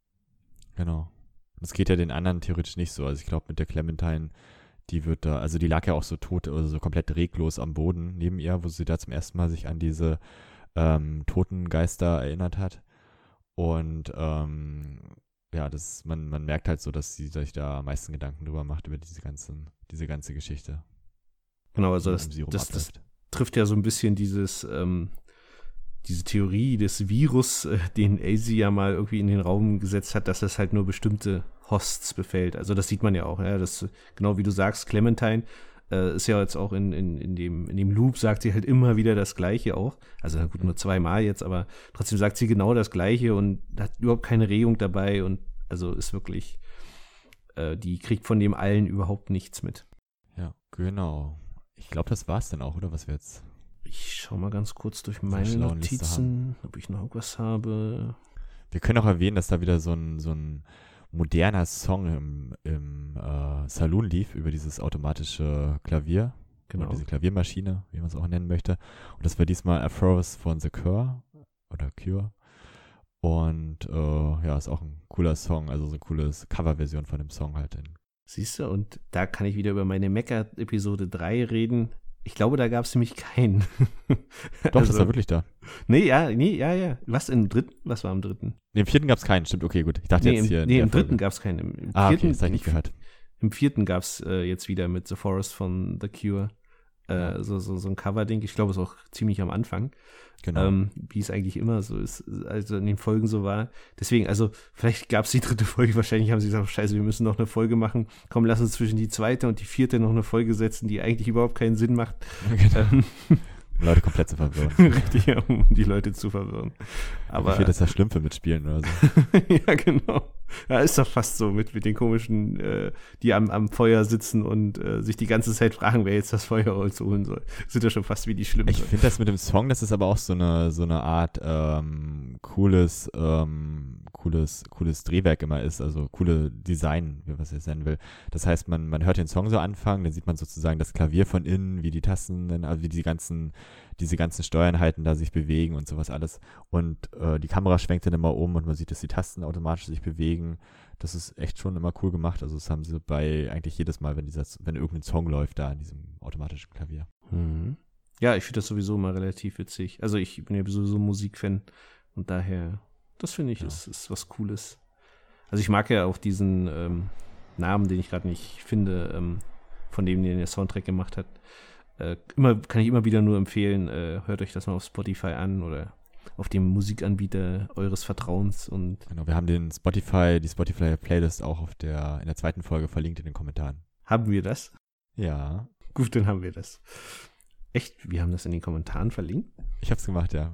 Genau. Das geht ja den anderen theoretisch nicht so. Also ich glaube, mit der Clementine, die wird da, also die lag ja auch so tot, also so komplett reglos am Boden neben ihr, wo sie da zum ersten Mal sich an diese ähm, toten Geister erinnert hat. Und ähm, ja, das, man, man merkt halt so, dass sie sich da am meisten Gedanken drüber macht, über diese ganzen, diese ganze Geschichte. Genau, also die das, um sie rum das, das abläuft. trifft ja so ein bisschen dieses, ähm, diese Theorie des Virus, äh, den A Z ja mal irgendwie in den Raum gesetzt hat, dass es halt nur bestimmte Hosts befällt. Also das sieht man ja auch, ja, das, genau wie du sagst, Clementine äh, ist ja jetzt auch in, in, in, dem, in dem Loop, sagt sie halt immer wieder das Gleiche auch. Also na gut, nur zweimal jetzt, aber trotzdem sagt sie genau das Gleiche und hat überhaupt keine Regung dabei und also ist wirklich, äh, die kriegt von dem allen überhaupt nichts mit. Ja, genau. Ich glaube, das war's dann auch, oder was wir jetzt? Ich schau mal ganz kurz durch einer meine schlauen Liste Notizen, ob ich noch irgendwas habe. Wir können auch erwähnen, dass da wieder so ein, so ein moderner Song im, im äh, Saloon lief über dieses automatische Klavier. Genau. Oder diese Klaviermaschine, wie man es auch nennen möchte. Und das war diesmal Afros von The Cure oder Cure. Und äh, ja, ist auch ein cooler Song, also so eine coole Coverversion von dem Song halt. In. Siehst du, und da kann ich wieder über meine Mecker-Episode drei reden. Ich glaube, da gab es nämlich keinen. Doch, also, das war wirklich da. Nee, ja, nee, ja, ja. Was im dritten? Was war im dritten? Nee, im vierten gab es keinen, stimmt, okay, gut. Ich dachte Nee, jetzt im, hier. in nee, der im dritten Folge. gab es keinen. Im, im Ah, vierten, okay, das habe ich nicht im, gehört. Im vierten gab es äh, jetzt wieder mit The Forest von The Cure Äh, so, so, so ein Cover-Ding. Ich glaube, es ist auch ziemlich am Anfang. Genau. Ähm, wie es eigentlich immer so ist, also in den Folgen so war. Deswegen, also vielleicht gab es die dritte Folge, wahrscheinlich haben sie gesagt, scheiße, wir müssen noch eine Folge machen. Komm, lass uns zwischen die zweite und die vierte noch eine Folge setzen, die eigentlich überhaupt keinen Sinn macht. Genau. Ähm, Um Leute komplett zu verwirren. Richtig, ja, um die Leute zu verwirren. Aber Wie viel das da Schlümpfe mitspielen oder so. ja, genau. Ja, ist doch fast so mit, mit den komischen, äh, die am, am Feuer sitzen und äh, sich die ganze Zeit fragen, wer jetzt das Feuer holen soll. Sind ja schon fast wie die Schlümpfe. Ich finde das mit dem Song, das ist aber auch so eine, so eine Art ähm, cooles, ähm, cooles, cooles Drehwerk immer ist, also coole Design, wie was ich nennen will. Das heißt, man, man hört den Song so anfangen, dann sieht man sozusagen das Klavier von innen, wie die Tasten, also wie die ganzen, diese ganzen Steuernheiten da sich bewegen und sowas alles. Und äh, die Kamera schwenkt dann immer um und man sieht, dass die Tasten automatisch sich bewegen. Das ist echt schon immer cool gemacht. Also das haben sie bei eigentlich jedes Mal, wenn dieser, wenn irgendein Song läuft, da in diesem automatischen Klavier. Mhm. Ja, ich finde das sowieso immer relativ witzig. Also ich bin ja sowieso Musikfan und daher, das finde ich, ja. ist, ist was Cooles. Also ich mag ja auch diesen ähm, Namen, den ich gerade nicht finde, ähm, von dem, den der Soundtrack gemacht hat. Äh, immer, kann ich immer wieder nur empfehlen, äh, hört euch das mal auf Spotify an oder auf dem Musikanbieter eures Vertrauens. Und genau, wir haben den Spotify, die Spotify-Playlist auch auf der, in der zweiten Folge verlinkt in den Kommentaren. Haben wir das? Ja. Gut, dann haben wir das. Echt? Wir haben das in den Kommentaren verlinkt? Ich hab's gemacht, ja.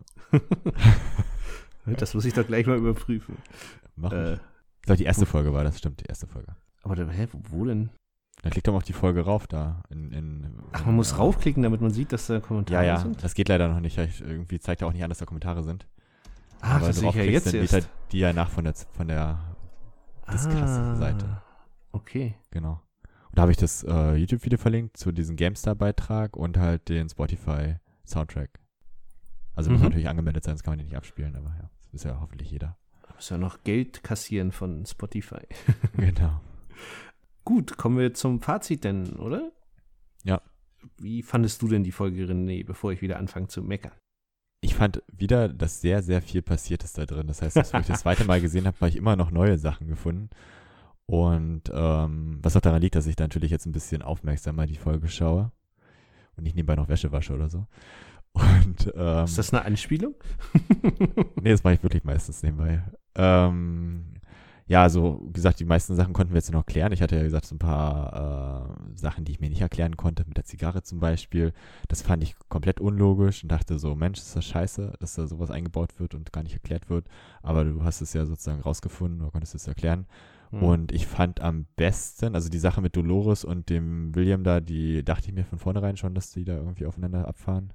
Das muss ich doch gleich mal überprüfen. Mach äh, ich glaube, die erste Folge war das, stimmt, die erste Folge. Aber dann, hä, wo, wo denn? Dann klick doch mal auf die Folge rauf da. In, in, Ach, man in, muss äh, raufklicken, damit man sieht, dass da Kommentare ja, ja, sind? das geht leider noch nicht. Ich, irgendwie zeigt er auch nicht an, dass da Kommentare sind. Ach, Aber das sehe ich ja draufklickst, jetzt dann erst. geht halt die ja nach von der, von der Discuss-Seite. Ah, okay. Genau. Und da habe ich das äh, YouTube-Video verlinkt zu diesem GameStar-Beitrag und halt den Spotify-Soundtrack. Also muss Mhm. natürlich angemeldet sein, sonst kann man den nicht abspielen, aber ja, das ist ja hoffentlich jeder. Da muss ja noch Geld kassieren von Spotify. Genau. Gut, kommen wir zum Fazit denn, oder? Ja. Wie fandest du denn die Folge, René, bevor ich wieder anfange zu meckern? Ich fand wieder, dass sehr, sehr viel passiert ist da drin. Das heißt, als ich das zweite Mal gesehen habe, habe ich immer noch neue Sachen gefunden. Und ähm, was auch daran liegt, dass ich da natürlich jetzt ein bisschen aufmerksamer die Folge schaue und nicht nebenbei noch Wäsche wasche oder so. Und, ähm, Ist das eine Anspielung? nee, das mache ich wirklich meistens nebenbei. Ähm, ja, also wie gesagt, die meisten Sachen konnten wir jetzt noch klären. Ich hatte ja gesagt, so ein paar äh, Sachen, die ich mir nicht erklären konnte, mit der Zigarre zum Beispiel. Das fand ich komplett unlogisch und dachte so, Mensch, ist das scheiße, dass da sowas eingebaut wird und gar nicht erklärt wird. Aber du hast es ja sozusagen rausgefunden oder konntest es erklären. Hm. Und ich fand am besten, also die Sache mit Dolores und dem William da, die dachte ich mir von vornherein schon, dass die da irgendwie aufeinander abfahren.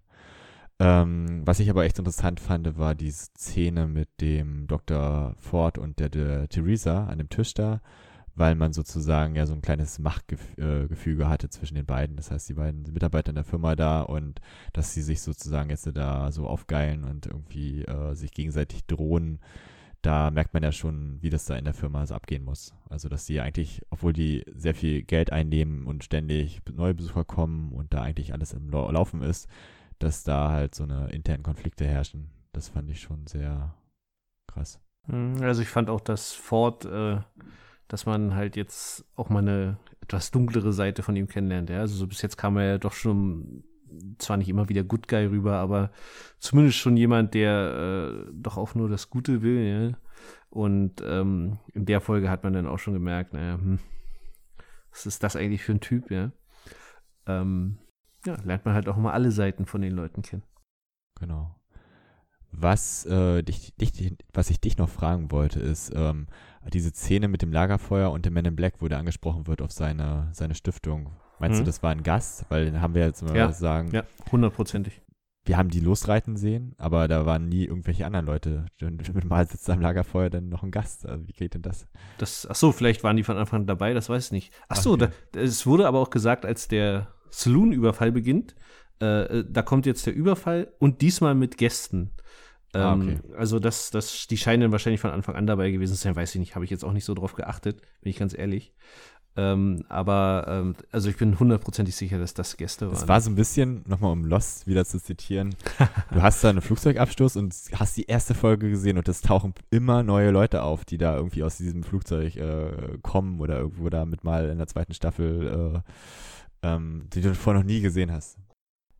Ähm, was ich aber echt interessant fand, war die Szene mit dem Doktor Ford und der, der Theresa an dem Tisch da, weil man sozusagen ja so ein kleines Machtgefüge hatte zwischen den beiden. Das heißt, die beiden Mitarbeiter in der Firma da und dass sie sich sozusagen jetzt da so aufgeilen und irgendwie äh, sich gegenseitig drohen. Da merkt man ja schon, wie das da in der Firma so abgehen muss. Also, dass die eigentlich, obwohl die sehr viel Geld einnehmen und ständig neue Besucher kommen und da eigentlich alles im Laufen ist, dass da halt so eine internen Konflikte herrschen. Das fand ich schon sehr krass. Also ich fand auch, dass Ford, äh, dass man halt jetzt auch mal eine etwas dunklere Seite von ihm kennenlernt. Ja? Also so bis jetzt kam er ja doch schon, zwar nicht immer wieder Good Guy rüber, aber zumindest schon jemand, der äh, doch auch nur das Gute will. Ja? Und ähm, in der Folge hat man dann auch schon gemerkt, naja, hm, was ist das eigentlich für ein Typ, ja? Ähm, ja, lernt man halt auch mal alle Seiten von den Leuten kennen. Genau. Was, äh, dich, dich, was ich dich noch fragen wollte, ist ähm, diese Szene mit dem Lagerfeuer und dem Man in Black, wo der angesprochen wird auf seine, seine Stiftung. Meinst Mhm. du, das war ein Gast? Weil den haben wir jetzt mal Ja. sagen, Ja, hundertprozentig. wir haben die losreiten sehen, aber da waren nie irgendwelche anderen Leute. Und mal sitzt am Lagerfeuer dann noch ein Gast. Also wie geht denn das? Das, ach so, vielleicht waren die von Anfang an dabei, das weiß ich nicht. Ach so, Okay. da, es wurde aber auch gesagt, als der Saloon-Überfall beginnt, äh, da kommt jetzt der Überfall und diesmal mit Gästen. Ah, Ähm, okay. Also das, das, die scheinen dann wahrscheinlich von Anfang an dabei gewesen zu sein, weiß ich nicht, habe ich jetzt auch nicht so drauf geachtet, bin ich ganz ehrlich. Ähm, aber ähm, also ich bin hundertprozentig sicher, dass das Gäste waren. Es war so ein bisschen, nochmal um Lost wieder zu zitieren, du hast da einen Flugzeugabsturz und hast die erste Folge gesehen und es tauchen immer neue Leute auf, die da irgendwie aus diesem Flugzeug äh, kommen oder irgendwo da mit mal in der zweiten Staffel, äh, ähm, die du vorher noch nie gesehen hast.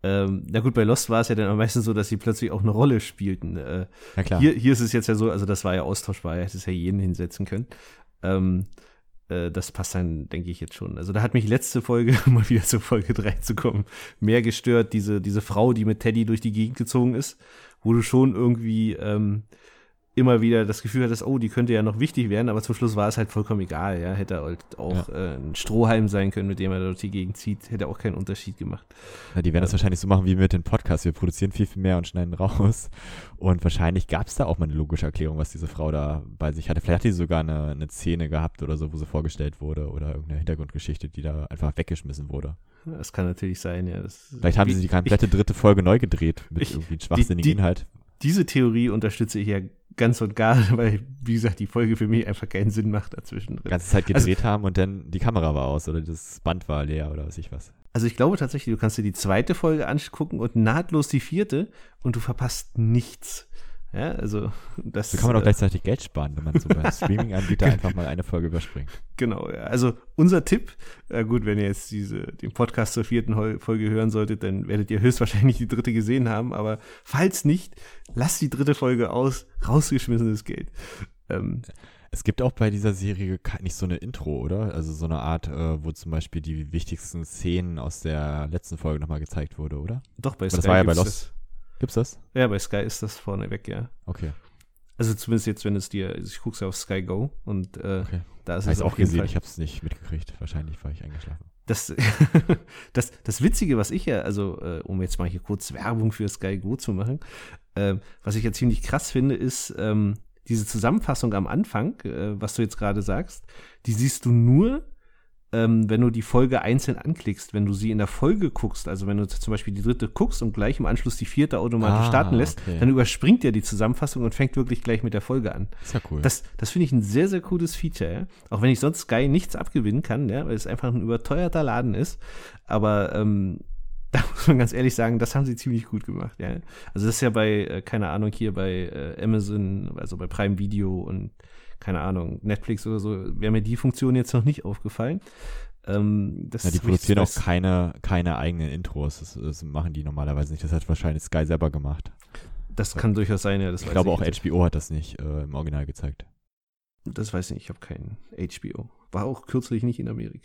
Ähm, na gut, bei Lost war es ja dann am meisten so, dass sie plötzlich auch eine Rolle spielten. Äh, Ja, klar. Hier, hier ist es jetzt ja so, also das war ja austauschbar, er hätte es ja jeden hinsetzen können. Ähm, äh, das passt dann, denke ich, jetzt schon. Also da hat mich letzte Folge, mal wieder zur Folge drei zu kommen, mehr gestört, diese, diese Frau, die mit Teddy durch die Gegend gezogen ist, wo du schon irgendwie ähm, immer wieder das Gefühl hattest, oh, die könnte ja noch wichtig werden, aber zum Schluss war es halt vollkommen egal, ja, hätte halt auch ja. äh, ein Strohhalm sein können, mit dem er durch die Gegend zieht, hätte auch keinen Unterschied gemacht. Ja, die werden das wahrscheinlich so machen wie mit den Podcasts, wir produzieren viel, viel mehr und schneiden raus und wahrscheinlich gab es da auch mal eine logische Erklärung, was diese Frau da bei sich hatte. Vielleicht hat die sogar eine, eine Szene gehabt oder so, wo sie vorgestellt wurde oder irgendeine Hintergrundgeschichte, die da einfach weggeschmissen wurde. Das kann natürlich sein, ja. Das, Vielleicht haben ich, sie die komplette ich, dritte Folge neu gedreht mit ich, irgendwie einem schwachsinnigen die, die, Inhalt. Diese Theorie unterstütze ich ja ganz und gar, weil, wie gesagt, die Folge für mich einfach keinen Sinn macht dazwischen. Die ganze Zeit gedreht also, haben und dann die Kamera war aus oder das Band war leer oder was ich was. Also ich glaube tatsächlich, du kannst dir die zweite Folge angucken und nahtlos die vierte und du verpasst nichts. Ja, also das. So kann man auch gleichzeitig Geld sparen, wenn man so beim Streaming-Anbieter einfach mal eine Folge überspringt. Genau, ja. Also unser Tipp, äh gut, wenn ihr jetzt diese, den Podcast zur vierten Folge hören solltet, dann werdet ihr höchstwahrscheinlich die dritte gesehen haben, aber falls nicht, lasst die dritte Folge aus, rausgeschmissenes Geld. Ähm, Es gibt auch bei dieser Serie nicht so eine Intro, oder? Also so eine Art, äh, wo zum Beispiel die wichtigsten Szenen aus der letzten Folge nochmal gezeigt wurde, oder? Doch, bei Aber Sky das war ja bei gibt's Lost. Gibt's das? Ja, bei Sky ist das vorneweg, ja. Okay. Also zumindest jetzt, wenn es dir, ich gucke es ja auf Sky Go und äh, okay. da ist Hab es auch gesehen, Fall. Ich habe es nicht mitgekriegt. Wahrscheinlich war ich eingeschlafen. Das, das, das Witzige, was ich ja, also äh, um jetzt mal hier kurz Werbung für Sky Go zu machen, äh, was ich ja ziemlich krass finde, ist ähm, diese Zusammenfassung am Anfang, äh, was du jetzt gerade sagst, die siehst du nur, ähm, wenn du die Folge einzeln anklickst. Wenn du sie in der Folge guckst, also wenn du zum Beispiel die dritte guckst und gleich im Anschluss die vierte automatisch ah, starten lässt, okay. dann überspringt er die Zusammenfassung und fängt wirklich gleich mit der Folge an. Ist ja cool. Das, das finde ich ein sehr, sehr cooles Feature, ja? Auch wenn ich sonst Sky nichts abgewinnen kann, ja? Weil es einfach ein überteuerter Laden ist. Aber ähm, da muss man ganz ehrlich sagen, das haben sie ziemlich gut gemacht, ja. Also das ist ja bei, äh, keine Ahnung, hier bei äh, Amazon, also bei Prime Video und keine Ahnung, Netflix oder so, wäre mir die Funktion jetzt noch nicht aufgefallen. Ähm, das ja, die produzieren auch keine, keine eigenen Intros. Das, das machen die normalerweise nicht. Das hat wahrscheinlich Sky selber gemacht. Das kann durchaus sein, ja. Das ich weiß glaube ich auch H B O hat das nicht äh, im Original gezeigt. Das weiß ich nicht, ich habe keinen H B O. War auch kürzlich nicht in Amerika.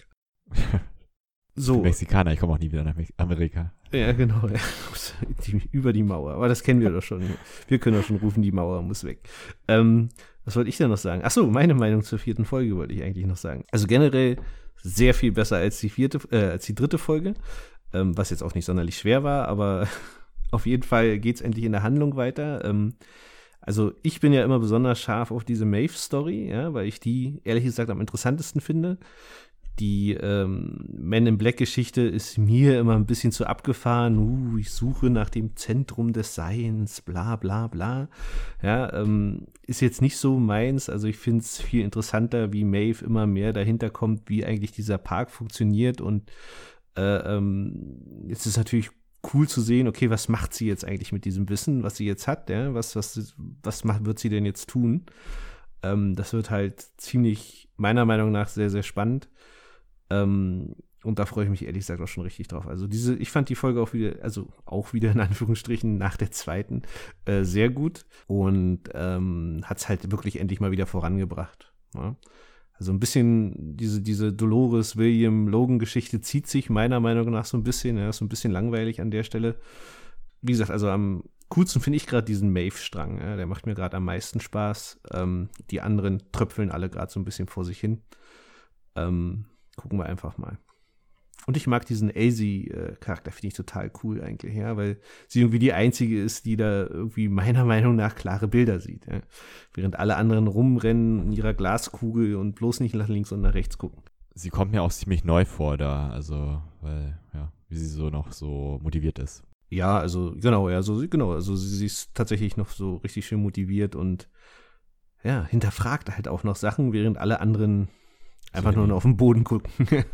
So. Ich bin Mexikaner, ich komme auch nie wieder nach Amerika. Ja, genau. Ja. Die, über die Mauer. Aber das kennen wir doch schon. Wir können doch schon rufen, die Mauer muss weg. Ähm, was wollte ich denn noch sagen? Achso, meine Meinung zur vierten Folge wollte ich eigentlich noch sagen. Also generell sehr viel besser als die vierte, äh, als die dritte Folge, ähm, was jetzt auch nicht sonderlich schwer war, aber auf jeden Fall geht es endlich in der Handlung weiter. Ähm, also ich bin ja immer besonders scharf auf diese Maeve-Story, ja, weil ich die ehrlich gesagt am interessantesten finde. Die ähm, Men in Black-Geschichte ist mir immer ein bisschen zu abgefahren. Uh, ich suche nach dem Zentrum des Seins, bla bla bla. Ja, ähm, ist jetzt nicht so meins. Also ich finde es viel interessanter, wie Maeve immer mehr dahinter kommt, wie eigentlich dieser Park funktioniert. Und äh, ähm, jetzt ist natürlich cool zu sehen, okay, was macht sie jetzt eigentlich mit diesem Wissen, was sie jetzt hat? Ja? Was, was, was macht, wird sie denn jetzt tun? Ähm, das wird halt ziemlich, meiner Meinung nach, sehr, sehr spannend. Ähm, und da freue ich mich ehrlich gesagt auch schon richtig drauf. Also diese, ich fand die Folge auch wieder, also auch wieder in Anführungsstrichen nach der zweiten, äh, sehr gut und ähm, hat es halt wirklich endlich mal wieder vorangebracht. Ja? Also ein bisschen, diese, diese Dolores, William, Logan-Geschichte zieht sich meiner Meinung nach so ein bisschen, ja, ist so ein bisschen langweilig an der Stelle. Wie gesagt, also am coolsten finde ich gerade diesen Maeve-Strang, ja? Der macht mir gerade am meisten Spaß. Ähm, die anderen tröpfeln alle gerade so ein bisschen vor sich hin. Ähm, Gucken wir einfach mal. Und ich mag diesen Azy-Charakter, finde ich total cool eigentlich, ja, weil sie irgendwie die Einzige ist, die da irgendwie meiner Meinung nach klare Bilder sieht, ja. Während alle anderen rumrennen in ihrer Glaskugel und bloß nicht nach links und nach rechts gucken. Sie kommt mir auch ziemlich neu vor da, also, weil, ja, wie sie so noch so motiviert ist. Ja, also, genau, ja, so, genau, also sie, sie ist tatsächlich noch so richtig schön motiviert und, ja, hinterfragt halt auch noch Sachen, während alle anderen einfach nur noch auf den Boden gucken.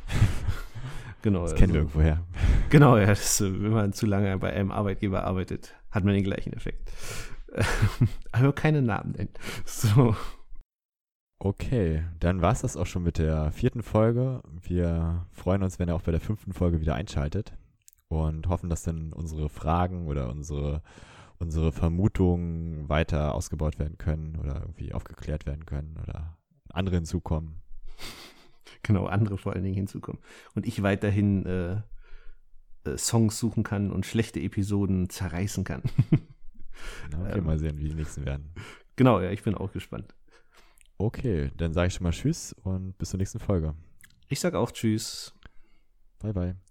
Genau. Das kennen also, wir irgendwoher. Genau, ja. Das, wenn man zu lange bei einem Arbeitgeber arbeitet, hat man den gleichen Effekt. Aber keine Namen nennen. So. Okay, dann war es das auch schon mit der vierten Folge. Wir freuen uns, wenn ihr auch bei der fünften Folge wieder einschaltet. und hoffen, dass dann unsere Fragen oder unsere, unsere Vermutungen weiter ausgebaut werden können oder irgendwie aufgeklärt werden können oder andere hinzukommen. Genau, andere vor allen Dingen hinzukommen. Und ich weiterhin äh, äh, Songs suchen kann und schlechte Episoden zerreißen kann. Okay, ähm, mal sehen, wie die nächsten werden. Genau, ja, ich bin auch gespannt. Okay, dann sage ich schon mal Tschüss und bis zur nächsten Folge. Ich sage auch Tschüss. Bye, bye.